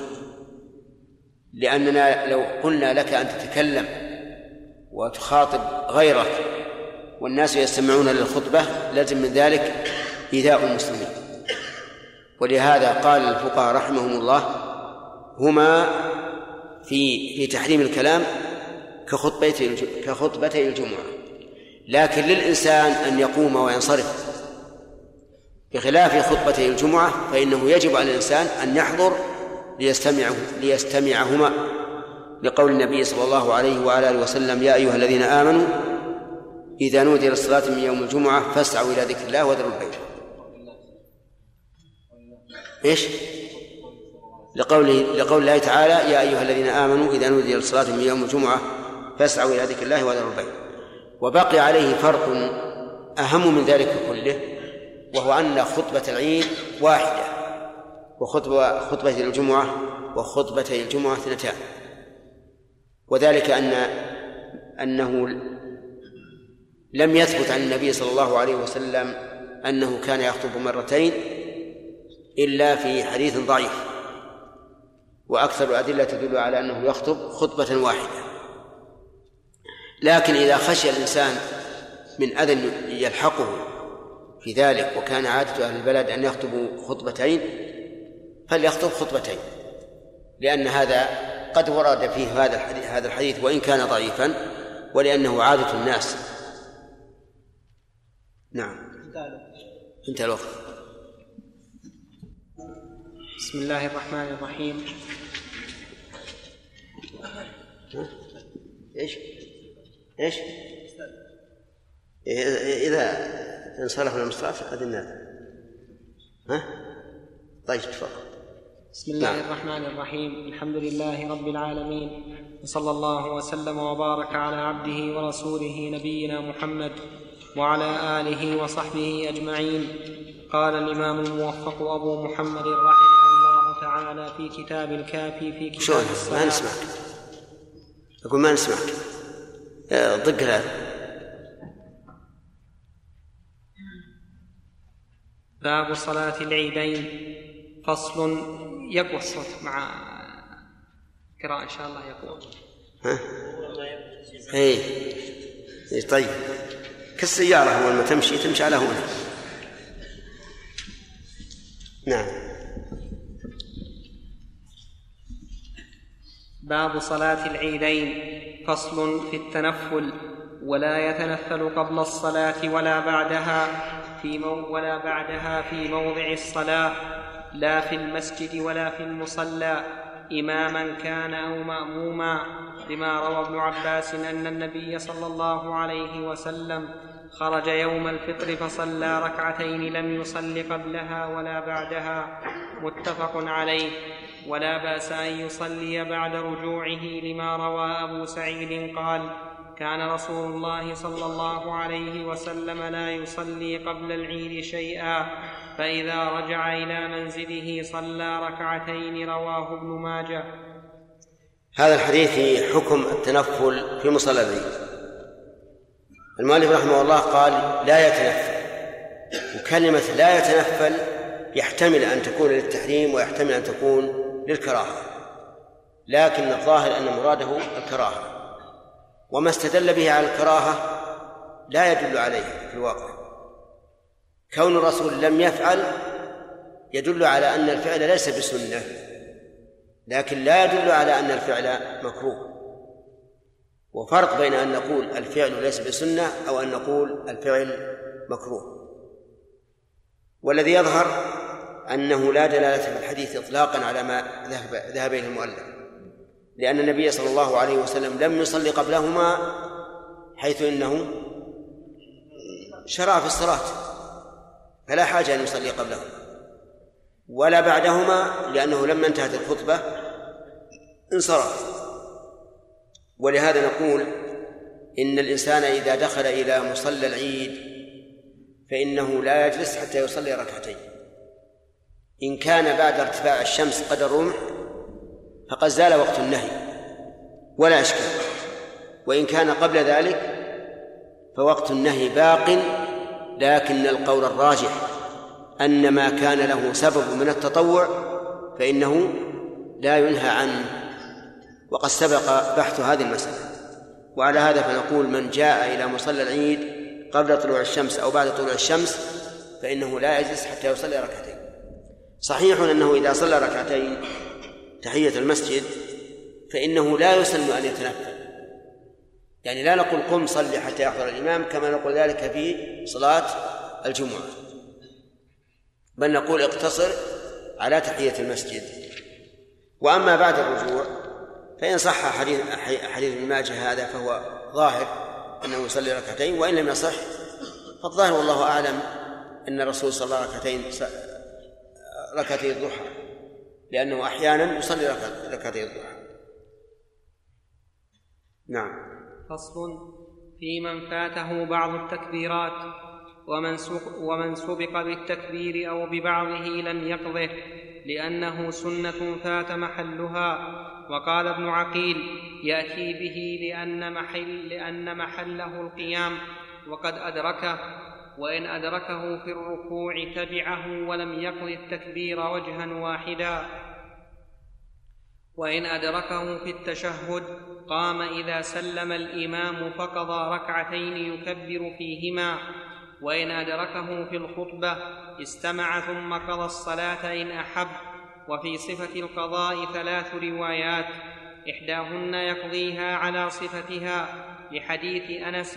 لأننا لو قلنا لك أن تتكلم وتخاطب غيرك والناس يستمعون للخطبة لازم من ذلك إيذاء المسلمين. ولهذا قال الفقهاء رحمهم الله هما في تحريم الكلام كخطبتي الجمعة، لكن للإنسان أن يقوم وينصرف، بخلاف خطبتي الجمعة فإنه يجب على الإنسان أن يحضر ليستمعهما، لقول النبي صلى الله عليه وآله وسلم: يا أيها الذين آمنوا إذا نودي للصلاة من يوم الجمعة فاسعوا إلى ذكر الله وذروا البيع. إيش؟ لقول الله تعالى: يا أيها الذين آمنوا إذا نودي للصلاة من يوم الجمعة فاسعوا إلى ذكر الله وذروا البيع. وبقي عليه فرق أهم من ذلك كله، وهو أن خطبة العيد واحدة، وخطبة الجمعة وخطبتي الجمعة اثنتان، وذلك أنه لم يثبت عن النبي صلى الله عليه وسلم أنه كان يخطب مرتين إلا في حديث ضعيف، وأكثر الأدلة تدل على أنه يخطب خطبة واحدة. لكن إذا خشي الإنسان من أذى يلحقه في ذلك وكان عادة أهل البلد أن يخطبوا خطبتين فليخطب خطبتين، لأن هذا قد ورد فيه هذا الحديث وإن كان ضعيفا، ولأنه عادة الناس. نعم، انتهى الوقت. بسم الله الرحمن الرحيم. إيش إذا انصرف المصراف أذن. طيب تفضل. بسم الله الرحمن الرحيم. الحمد لله رب العالمين، وصلى الله وسلم وبارك على عبده ورسوله نبينا محمد وعلى آله وصحبه أجمعين. قال الإمام الموفق أبو محمد رحمه الله تعالى في كتاب الكافي في كتاب الصلاة. ما نسمعك، أقول ما نسمعك، ضق هذا. باب صلاة العيدين. فصل. يقوى الصوت مع قراءة إن شاء الله يقوى. طيب كالسيارة أول ما تمشي على هنا. نعم. باب صلاة العيدين. فصل في التنفل. ولا يتنفل قبل الصلاة ولا بعدها في موضع الصلاة، لا في المسجد ولا في المصلى، إماما كان أو مأموما، لما روى ابن عباس أن النبي صلى الله عليه وسلم خرج يوم الفطر فصلى ركعتين لم يصل قبلها ولا بعدها، متفق عليه. ولا بأس أن يصلي بعد رجوعه، لما روى أبو سعيد قال: كان رسول الله صلى الله عليه وسلم لا يصلي قبل العيد شيئا، فإذا رجع إلى منزله صلى ركعتين. رواه ابن ماجه. هذا الحديث في حكم التنفل في مصلى العيد. المؤلف رحمه الله قال لا يتنفل، وكلمة لا يتنفل يحتمل أن تكون للتحريم ويحتمل أن تكون للكراهة، لكن الظاهر أن مراده الكراهة، وما استدل به على الكراهة لا يدل عليه في الواقع. كون الرسول لم يفعل يدل على أن الفعل ليس بسنة، لكن لا يدل على أن الفعل مكروه. وفرق بين أن نقول الفعل ليس بسنة أو أن نقول الفعل مكروه. والذي يظهر أنه لا دلالة في الحديث إطلاقا على ما ذهب إليه المؤلف، لأن النبي صلى الله عليه وسلم لم يصلي قبلهما، حيث إنه شرع في الصلاة فلا حاجة أن يصلي قبلهما، ولا بعدهما لأنه لما انتهت الخطبة انصرف. ولهذا نقول إن الإنسان إذا دخل إلى مصلى العيد فإنه لا يجلس حتى يصلي ركعتين. إن كان بعد ارتفاع الشمس قدر الرمح فقد زال وقت النهي ولا إشكال. وإن كان قبل ذلك فوقت النهي باق، لكن القول الراجح أن ما كان له سبب من التطوع فإنه لا ينهى عنه، وقد سبق بحث هذه المسألة. وعلى هذا فنقول من جاء إلى مصلى العيد قبل طلوع الشمس أو بعد طلوع الشمس فإنه لا يجلس حتى يصلي ركعتين. صحيح أنه إذا صلى ركعتين تحية المسجد فإنه لا يسن أن يتنفل، يعني لا نقول قم صلي حتى يحضر الإمام كما نقول ذلك في صلاة الجمعة، بل نقول اقتصر على تحية المسجد. وأما بعد الرجوع فإن صح حديث ابن ماجه هذا فهو ظاهر أنه يصلي ركعتين، وإن لم يصح فالظاهر والله أعلم أن الرسول صلى الله عليه وسلم ركعتي الضحى، لأنه أحيانا يصلي ركعتي الضحى. نعم. فصل في من فاته بعض التكبيرات ومن سبق بالتكبير أو ببعضه لم يقضه لأنه سنة فات محلها. وقال ابن عقيل يأتي به لأن محله القيام وقد أدركه، وإن أدركه في الركوع تبعه ولم يقض التكبير وجها واحدا، وإن أدركه في التشهد قام إذا سلم الإمام فقضى ركعتين يكبر فيهما، وإن أدركه في الخطبة استمع ثم قضى الصلاة إن أحب. وفي صفة القضاء 3 روايات، إحداهن يقضيها على صفتها لحديث أنس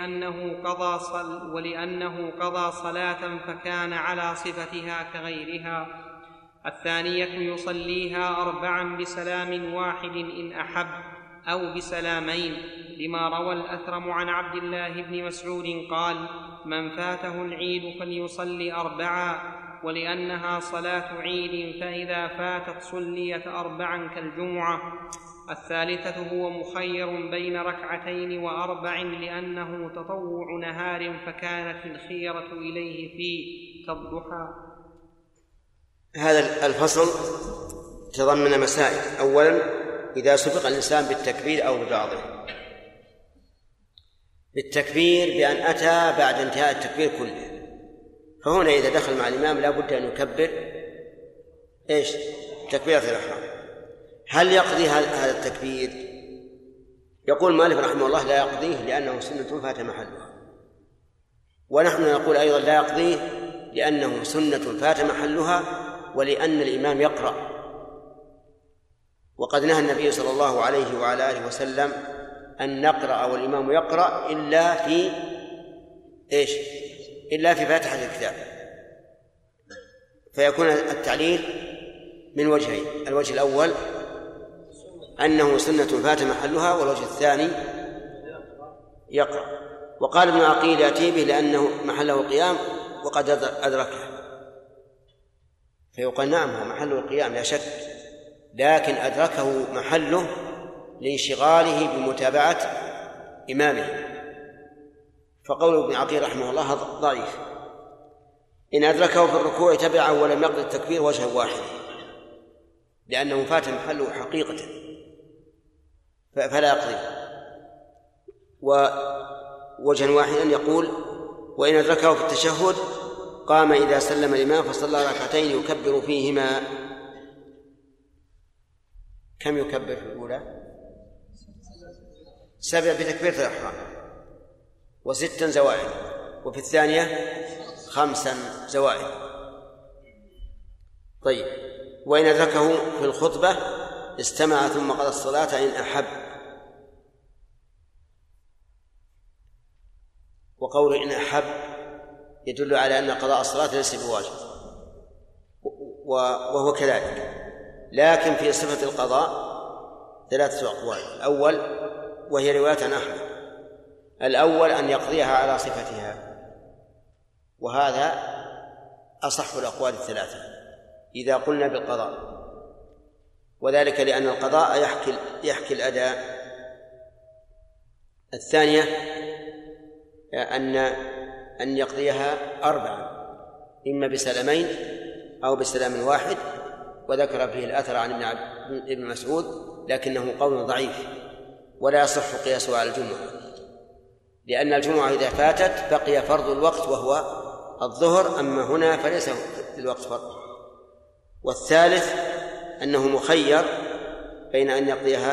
ولأنه قضى صلاة فكان على صفتها كغيرها. الثانية يصليها 4 بسلام واحد إن أحب أو بسلامين، لما روى الأثرم عن عبد الله بن مسعود قال: من فاته العيد فليصلي 4، ولأنها صلاة عيد فإذا فاتت صليت 4 كالجمعة. الثالثة هو مخير بين 2 و4 لأنه تطوع نهار فكانت الخيرة إليه فيه كالضحى. هذا الفصل تضمن مسائل. أولا، إذا سبق الإنسان بالتكبير أو ببعضه، بالتكبير بأن أتى بعد انتهاء التكبير كله، فهنا إذا دخل مع الإمام لا بد أن يكبر تكبيرة الإحرام. هل يقضي هذا التكبير؟ يقول مالك رحمه الله لا يقضيه لأنه سنة فات محلها، ونحن نقول أيضا لا يقضيه لأنه سنة فات محلها، ولأن الإمام يقرأ، وقد نهى النبي صلى الله عليه وعلى آله وسلم أن نقرأ والإمام يقرأ إلا في فاتحة الكتاب. فيكون التعليل من وجهين: الوجه الأول أنه سنة فات محلها، والوجه الثاني يقرأ. وقال ابن عقيل يأتي به لأنه محله القيام وقد أدركه، فيقال نعم هو محله القيام لا شك، لكن أدركه محله لانشغاله بمتابعة إمامه. فقول ابن عقيل رحمه الله ضعيف. إن أدركه في الركوع تبعه ولم يقضي التكبير وجه واحد لأنه فات محله حقيقة فلا يقضي. ووجه واحدا يقول: وإن أدركه في التشهد قام إذا سلم الإمام فصلى 2 يكبر فيهما. كم يكبر في الأولى؟ 7 بتكبيرة الإحرام و6 زوائد، وفي الثانية 5 زوائد. طيب، وإن أدركه في الخطبة استمع ثم قضى الصلاة إن أحب. وقول إن أحب يدل على أن قضاء الصلاة ليس بواجب، وهو كذلك. لكن في صفة القضاء 3 أقوال. الأول وهي رواية عن أحمد، الأول أن يقضيها على صفتها، وهذا أصح الأقوال 3 إذا قلنا بالقضاء، وذلك لأن القضاء يحكي الأداء. الثانية أن يقضيها 4 إما بسلامين أو بسلام واحد، وذكر فيه الأثر عن ابن مسعود، لكنه قول ضعيف ولا يصح قياسه على الجمعة، لأن الجمعة إذا فاتت بقي فرض الوقت وهو الظهر، أما هنا فليس الوقت فرض. والثالث أنه مخير بين أن يقضيها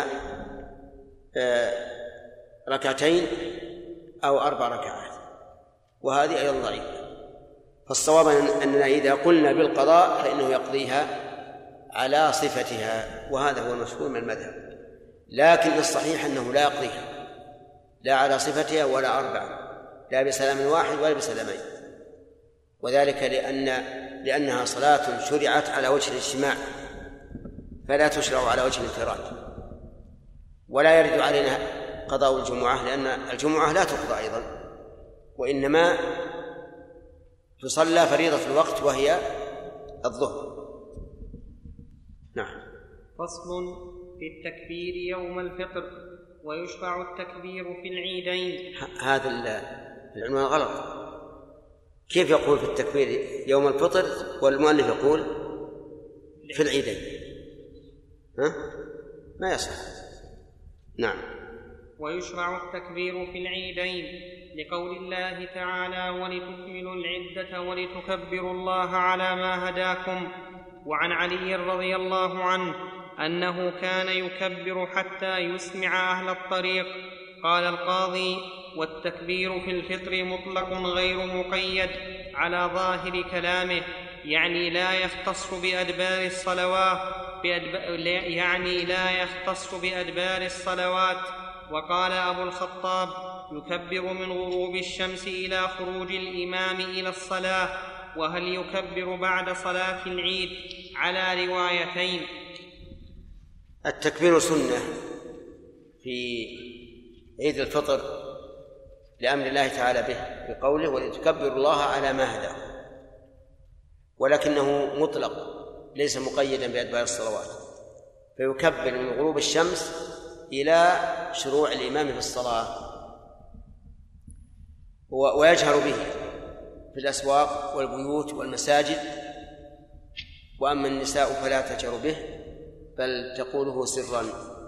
ركعتين أو 4 ركعات، وهذه أيضا ضعيفة. فالصواب أننا إذا قلنا بالقضاء فإنه يقضيها على صفتها، وهذا هو المشهور من المذهب. لكن الصحيح أنه لا يقضيها لا على صفتها ولا 4، لا بسلام واحد ولا بسلامين، وذلك لأنها صلاة شرعت على وجه الاجتماع، فلا تشرع على وجه الانفراد. ولا يرد علينا قضاء الجمعة، لأن الجمعة لا تقضى أيضا، وإنما تصلى فريضة الوقت وهي الظهر. نعم. فصل في التكبير يوم الفطر، ويشرع التكبير في العيدين. هذا العنوان غلط. كيف يقول في التكبير يوم الفطر والمؤلف يقول في العيدين؟ ما يصح. نعم. ويشرع التكبير في العيدين لقول الله تعالى: ولتكملوا العدة ولتكبروا الله على ما هداكم. وعن علي رضي الله عنه أنه كان يكبر حتى يسمع أهل الطريق. قال القاضي: والتكبير في الفطر مطلق غير مقيد على ظاهر كلامه، يعني لا يختص بأدبار الصلوات. وقال أبو الخطاب: يكبر من غروب الشمس إلى خروج الإمام إلى الصلاة. وهل يكبر بعد صلاة العيد؟ على روايتين. التكبير سنة في عيد الفطر لأمر الله تعالى به بقوله: ولتكبروا الله على ما هداكم، ولكنه مطلق ليس مقيدا بأدبار الصلوات، فيكبر من غروب الشمس إلى شروع الإمام في الصلاة، ويجهر به في الأسواق والبيوت والمساجد. وأما النساء فلا تجهر به بل تقوله سرا.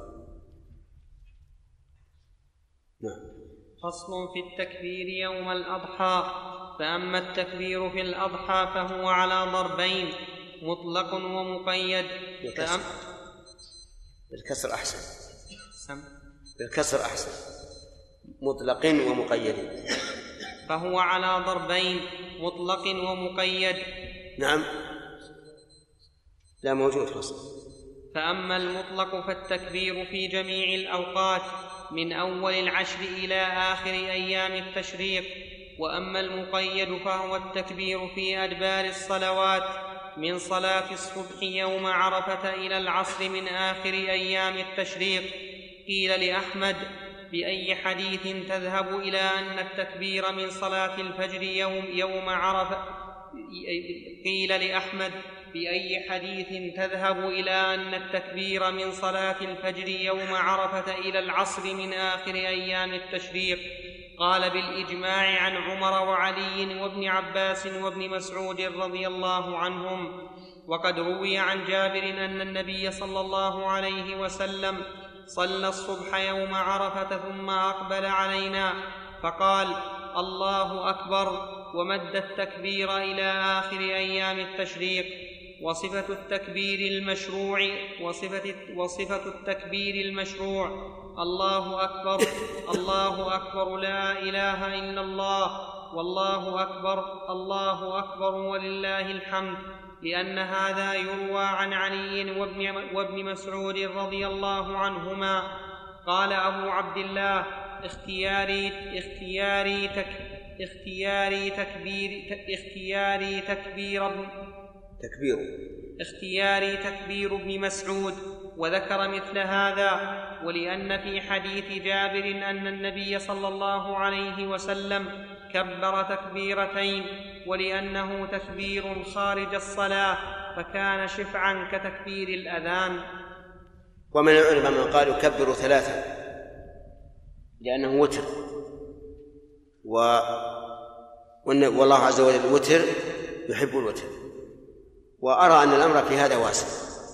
نعم. فصل في التكبير يوم الأضحى. فأما التكبير في الأضحى فهو على ضربين: مطلق ومقيد. بالكسر أحسن. مطلق ومقيد. فهو على ضربين: مطلق ومقيد. نعم، لا موجود فصل. فأما المطلق فالتكبير في جميع الأوقات من أول العشر إلى آخر أيام التشريق. وأما المقيد فهو التكبير في أدبار الصلوات من صلاة الصبح يوم عرفة إلى العصر من آخر أيام التشريق. قيل لأحمد: بأي حديث تذهب إلى أن التكبير من صلاة الفجر يوم عرفة؟ قيل لأحمد: بأي حديث تذهب إلى أن التكبير من صلاة الفجر يوم عرفة إلى العصر من آخر أيام التشريق؟ قال: بالإجماع عن عمر وعلي وابن عباس وابن مسعود رضي الله عنهم. وقد روي عن جابر أن النبي صلى الله عليه وسلم صلى الصبح يوم عرفة ثم أقبل علينا فقال: الله أكبر، ومد التكبير إلى آخر أيام التشريق. وصفة التكبير المشروع: الله أكبر، الله أكبر، لا إله إلا الله، والله أكبر، الله أكبر، ولله الحمد، لأن هذا يروى عن علي وابن مسعود رضي الله عنهما. قال أبو عبد الله: اختياري تكبير ابن مسعود، وذكر مثل هذا. ولأن في حديث جابر أن النبي صلى الله عليه وسلم كبر تكبيرتين، ولأنه تكبير خارج الصلاة فكان شفعا كتكبير الأذان. ومن العلماء من قال يكبر 3 لأنه وتر، والله عز وجل الوتر يحب الوتر. وأرى أن الأمر في هذا واسع،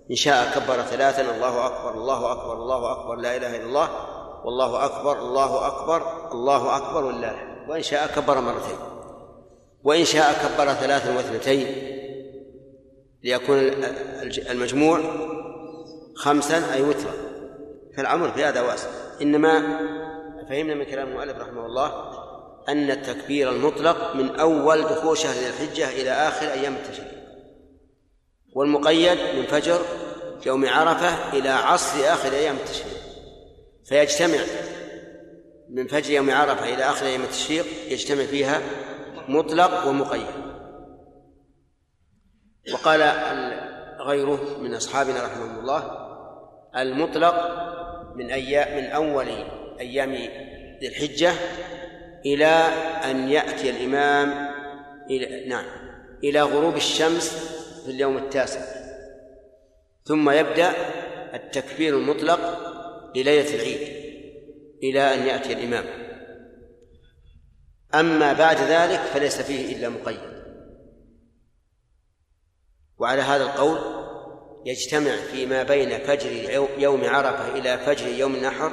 إن شاء كبر 3 الله أكبر الله أكبر الله أكبر لا إله إلا الله والله أكبر الله أكبر الله أكبر ولله الحمد. وإن شاء كبر 2 وإن شاء كبر 3 و2 ليكون المجموع 5 أي وترا. فالأمر في هذا واسع. إنما فهمنا من كلام المؤلف رحمه الله أن التكبير المطلق من أول دخول شهر ذي الحجة إلى آخر أيام التشريق، والمقيد من فجر يوم عرفة إلى عصر آخر أيام التشريق، فيجتمع من فجر يوم عرفة إلى آخر أيام التشريق يجتمع فيها مطلق ومقيد. وقال غيره من أصحابنا رحمه الله المطلق من أول أيام ذي الحجة إلى أن يأتي الإمام إلى غروب الشمس في اليوم 9، ثم يبدأ التكبير المطلق لليلة العيد إلى أن يأتي الإمام. أما بعد ذلك فليس فيه إلا مقيد. وعلى هذا القول يجتمع فيما بين فجر يوم عرفة إلى فجر يوم النحر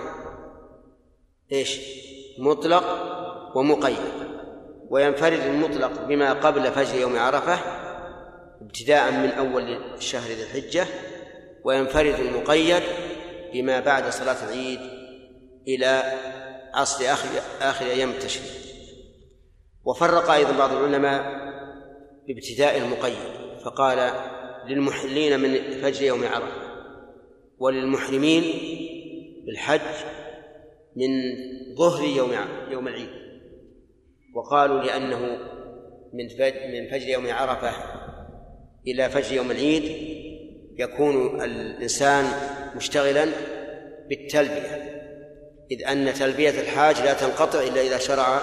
مطلق ومقيد، وينفرد المطلق بما قبل فجر يوم عرفة ابتداء من أول شهر ذي الحجة، وينفرد المقيد بما بعد صلاة العيد إلى عصر آخر أيام التشريق. وفرق أيضا بعض العلماء بابتداء المقيد، فقال للمحلين من فجر يوم عرفة، وللمحرمين بالحج من ظهر يوم العيد. وقالوا لأنه من فجر يوم عرفة إلى فجر يوم العيد يكون الإنسان مشتغلا بالتلبية، إذ أن تلبية الحاج لا تنقطع إلا إذا شرع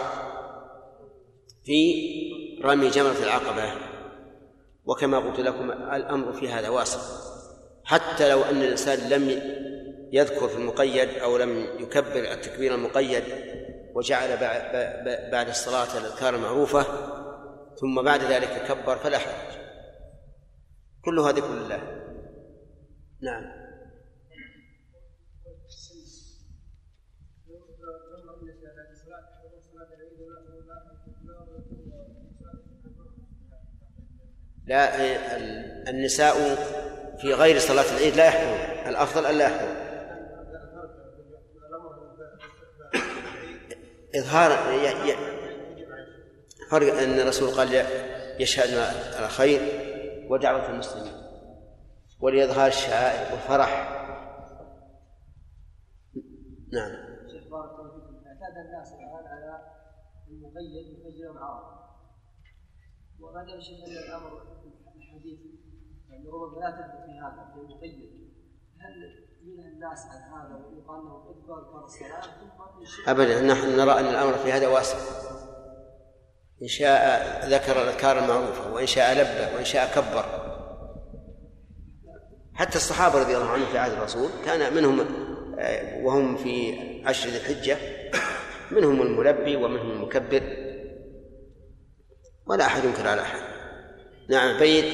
في رمي جمرة العقبة. وكما قلت لكم الأمر في هذا واسع، حتى لو أن الإنسان لم يذكر في المقيد أو لم يكبر التكبير المقيد وجعل بعد الصلاة الأذكار المعروفة ثم بعد ذلك كبر فلا حرج، كل هذا ذكر لله. نعم. لا، النساء في غير صلاة العيد لا يحضرون، الأفضل أن لا يحضرون. إظهار فرق أن الرسول قال يشهد على خير ودعوة المسلمين، ولإظهار الشعائر والفرح. نعم. شيخ بارك الله فيكم، اعتاد الناس الآن على المقيد بفجر يوم عرفة، وما دام شيخ أن الأمر الحديث يعني ربما لا تثبت في هذا في المقيد، هل ينهى الناس عن هذا ويقال لهم ادبر الصلاة ثم أبدا؟ نحن نرى أن الأمر في هذا واسع، إن شاء ذكر الأذكار المعروفة، وإن شاء لبى، وإن شاء كبر. حتى الصحابة رضي الله عنهم في عهد الرسول كان منهم وهم في عشر ذي الحجة منهم الملبي ومنهم المكبر، ولا أحد ينكر على أحد. نعم. بيت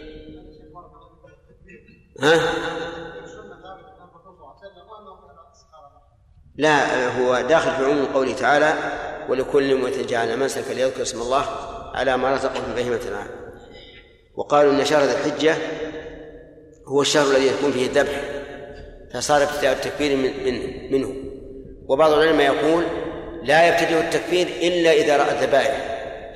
لا، هو داخل في عموم قوله تعالى ولكل أمة جعلنا منسكا ليذكر اسم الله على ما رزقهم من بهيمة الأنعام. وقالوا إن شهر ذي الحجة هو الشهر الذي يكون فيه الذبح، فصار ابتداء التكبير منه. وبعض العلماء يقول لا يبتدئ التكبير إلا إذا رأى الذبائح،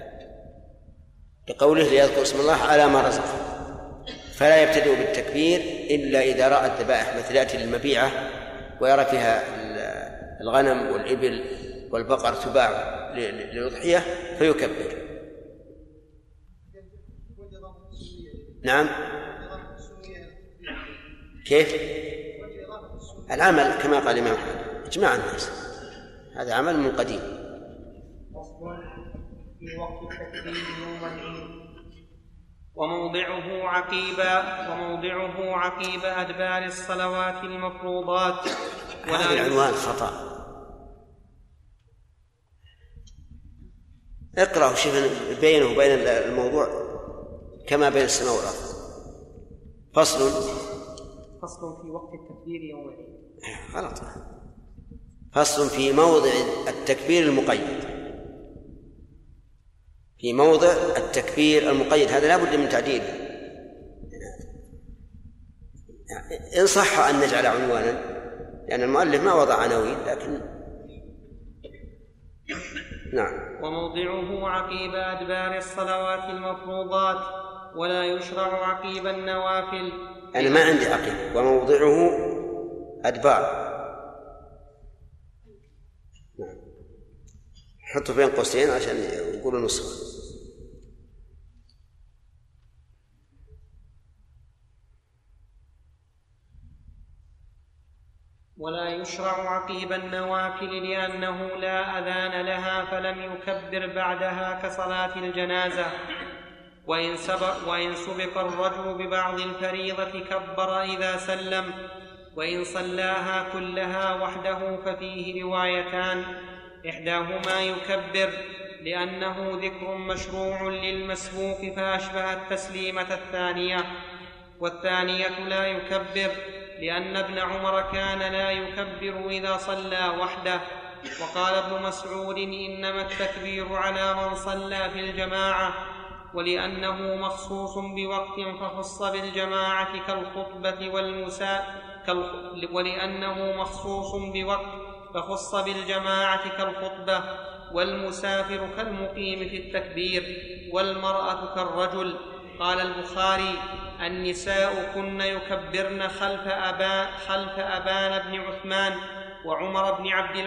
بقوله ليذكر اسم الله على ما رزقه، فلا يبتدئ بالتكبير إلا إذا رأى الذبائح، مثل يأتي للمبيعة ويرى فيها الغنم والإبل والبقر تباع للأضحية فيكبر. نعم. كيف؟ العمل كما قال الإمام أحمد إجماع الناس، هذا عمل من قديم. في وقت التكبير يوم العيد وموضعه عقيب أدبار الصلوات المفروضات. هذا العنوان خطأ، اقرأه شوف بينه وبين الموضوع كما بين السماء والأرض. فصل فصل في وقت التكبير يوم العيد. غلط. فصل في موضع التكبير المقيد. في موضع التكبير المقيد هذا لا بد من تعديله. إن صح أن نجعل عنوانا لأن المؤلف ما وضع عناوين لكن نعم. وموضعه عقيب أدبار الصلوات المفروضات ولا يشرع عقيب النوافل. أنا ما عندي عقيب. وموضعه أدبار. نعم. حطوا بين قوسين عشان يقولوا نسخة. ولا يشرع عقيب النوافل لأنه لا أذان لها فلم يكبر بعدها كصلاة الجنازة. وإن سبق الرجل ببعض الفريضة كبر إذا سلم. وإن صلاها كلها وحده ففيه روايتان إحداهما يكبر لأنه ذكر مشروع للمسبوق فأشبه التسليمة الثانية. والثانية لا يكبر لأن ابن عمر كان لا يكبر إذا صلى وحده. وقال ابن مسعود إنما التكبير على من صلى في الجماعة ولأنه مخصوص بوقت فخص بالجماعة كالخطبة ولأنه مخصوص بوقت فخص بالجماعة كالخطبة والمسافر كالمقيم في التكبير والمرأة كالرجل. قال البخاري النساء كن يكبرن خلف أبان بن عثمان وعمر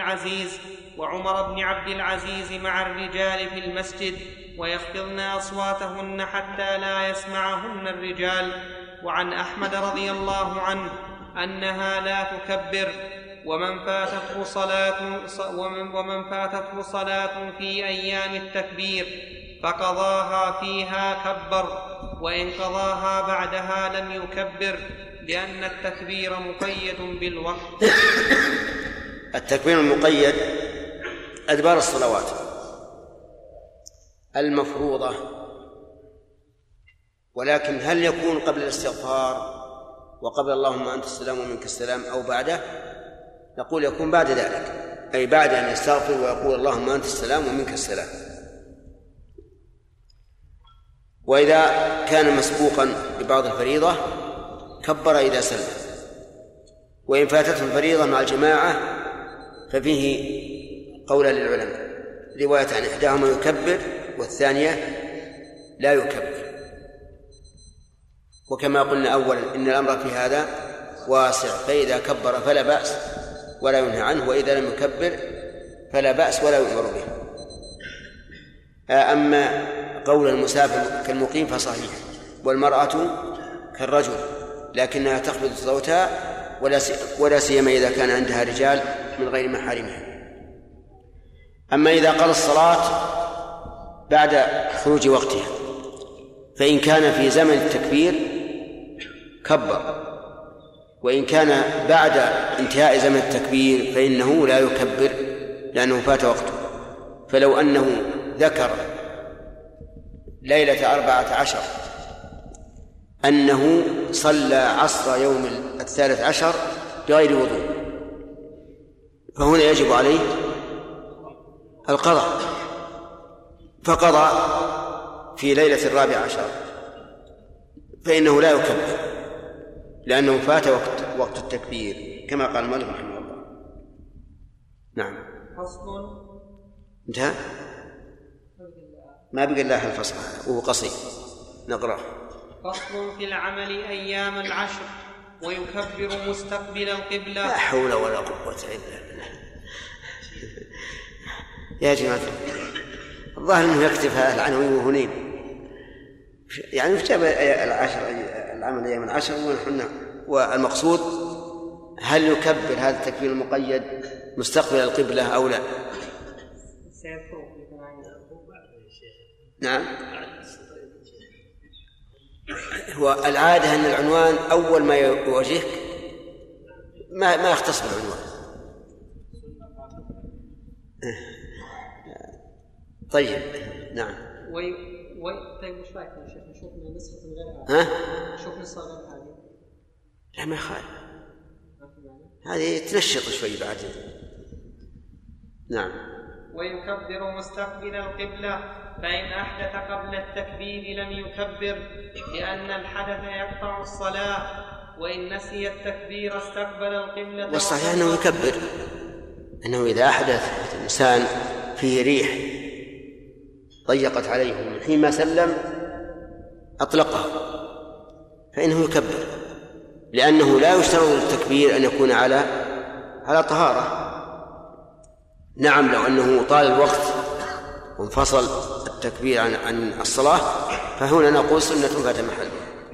بن عبد العزيز مع الرجال في المسجد ويخفضن أصواتهن حتى لا يسمعهن الرجال. وعن أحمد رضي الله عنه أنها لا تكبر. ومن فاتته صلاة في أيام التكبير فقضاها فيها كبر وإن قضاها بعدها لم يكبر لأن التكبير مقيد بالوقت. التكبير المقيد أدبار الصلوات المفروضة. ولكن هل يكون قبل الاستغفار وقبل اللهم أنت السلام ومنك السلام أو بعده؟ نقول يكون بعد ذلك، أي بعد أن يستغفر ويقول اللهم أنت السلام ومنك السلام. وإذا كان مسبوقا ببعض الفريضة كبر إذا سلم. وإن فاتته الفريضة مع الجماعة ففيه قول للعلماء رواية عن إحداهما يكبر والثانية لا يكبر. وكما قلنا أولا إن الأمر في هذا واسع، فإذا كبر فلا بأس ولا ينهى عنه، وإذا لم يكبر فلا بأس ولا يؤمر به. أما قول المسافر كالمقيم فصحيح، والمرأة كالرجل لكنها تخفض صوتها ولا سيما إذا كان عندها رجال من غير محارمها. أما إذا قال الصلاة بعد خروج وقتها فإن كان في زمن التكبير كبر، وإن كان بعد انتهاء زمن التكبير فإنه لا يكبر لأنه فات وقته. فلو أنه ذكر ليلة 14 أنه صلى عصر يوم 13 بغير وضوء فهنا يجب عليه القضاء، فقضى في ليلة 14 فإنه لا يكبر لأنه فات وقت التكبير كما قال مالك رحمه الله. نعم. فصل انتهى؟ ما بقى الله الفصل وهو قصير نقرأ. فصل في العمل أيام العشر ويكبر مستقبل القبلة. لا حول ولا قوة إلا بالله. يا جماعة الظاهر أنه يكتفى العناوين وهنين، يعني في جاب العمل أيام العشر ونحن. والمقصود هل يكبر هذا التكبير المقيد مستقبل القبلة أو لا؟ نعم. هو العادة أن العنوان أول ما يواجهك ما يختص بالعنوان. طيب نعم. طيب وش رايك يا شيخ نشوف نسخة غير هذه؟ ها؟ نشوف نسخة غير هذه. لا ما يخالف، هذه تنشط شوي بعد. نعم. ويكبر مستقبل القبلة، فإن أحدث قبل التكبير لم يكبر لأن الحدث يقطع الصلاة، وإن نسي التكبير استقبل القبلة. والصحيح أنه يكبر، أنه إذا أحدث الإنسان فيه ريح ضيقت عليه من حين ما سلم أطلقه فإنه يكبر، لأنه لا يشترط للتكبير أن يكون على طهارة. نعم لو أنه طال الوقت وانفصل التكبير عن الصلاة فهنا نقول سنة فات محله.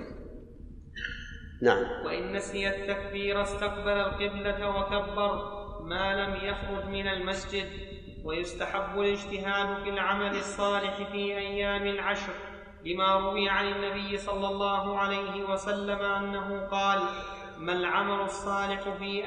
نعم. وإن نسي التكبير استقبل القبلة وكبر ما لم يخرج من المسجد. ويستحب الاجتهاد في العمل الصالح في أيام العشر، لما روي عن النبي صلى الله عليه وسلم أنه قال: ما العمل الصالح في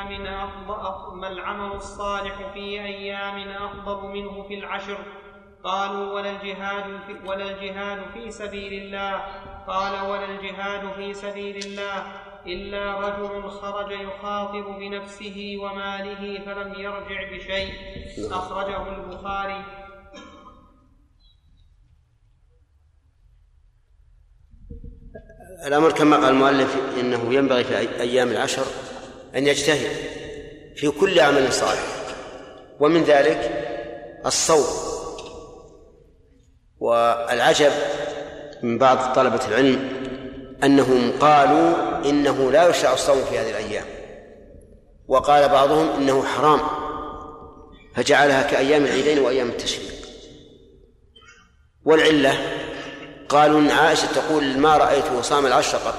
أيام أفضل منه في العشر؟ قالوا: ولا الجهاد في سبيل الله. قال: ولا الجهاد في سبيل الله إلا رجل خرج يخاطب بنفسه وماله فلم يرجع بشيء. أخرجه البخاري. الأمر كما قال المؤلف إنه ينبغي في أيام العشر أن يجتهد في كل عمل صالح، ومن ذلك الصوم. والعجب من بعض طلبة العلم أنهم قالوا إنه لا يشرع الصوم في هذه الأيام، وقال بعضهم إنه حرام فجعلها كأيام العيدين وأيام التشريق. والعلة قالوا إن عائشة تقول: ما رأيته صام العشر قط.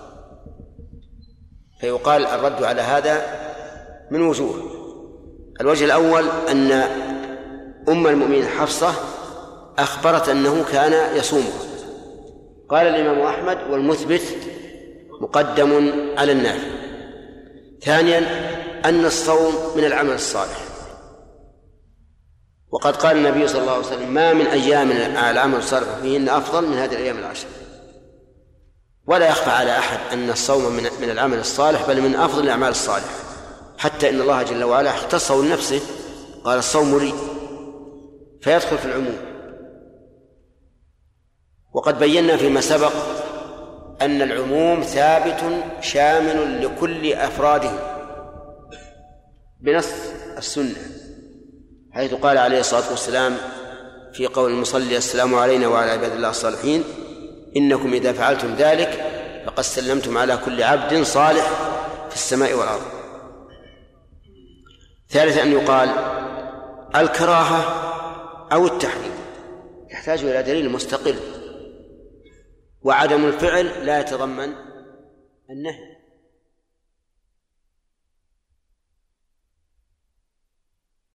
فيقال الرد على هذا من وجوه. الوجه الأول أن أم المؤمنين حفصة أخبرت أنه كان يصوم. قال الإمام أحمد: والمثبت مقدم على النافي. ثانيا أن الصوم من العمل الصالح، وقد قال النبي صلى الله عليه وسلم: ما من أيام العمل الصالح فيهن أفضل من هذه الأيام العشر. ولا يخفى على أحد أن الصوم من العمل الصالح، بل من أفضل الأعمال الصالحة، حتى إن الله جل وعلا اختصه لنفسه قال: الصوم لي، فيدخل في العموم. وقد بينا فيما سبق أن العموم ثابت شامل لكل أفراده بنص السنة، حيث قال عليه الصلاة والسلام في قول المصلي: السلام علينا وعلى عباد الله الصالحين، إنكم إذا فعلتم ذلك فقد سلمتم على كل عبد صالح في السماء والأرض. ثالثا أن يقال الكراهة أو التحريم يحتاج إلى دليل مستقل، وعدم الفعل لا يتضمن النهي.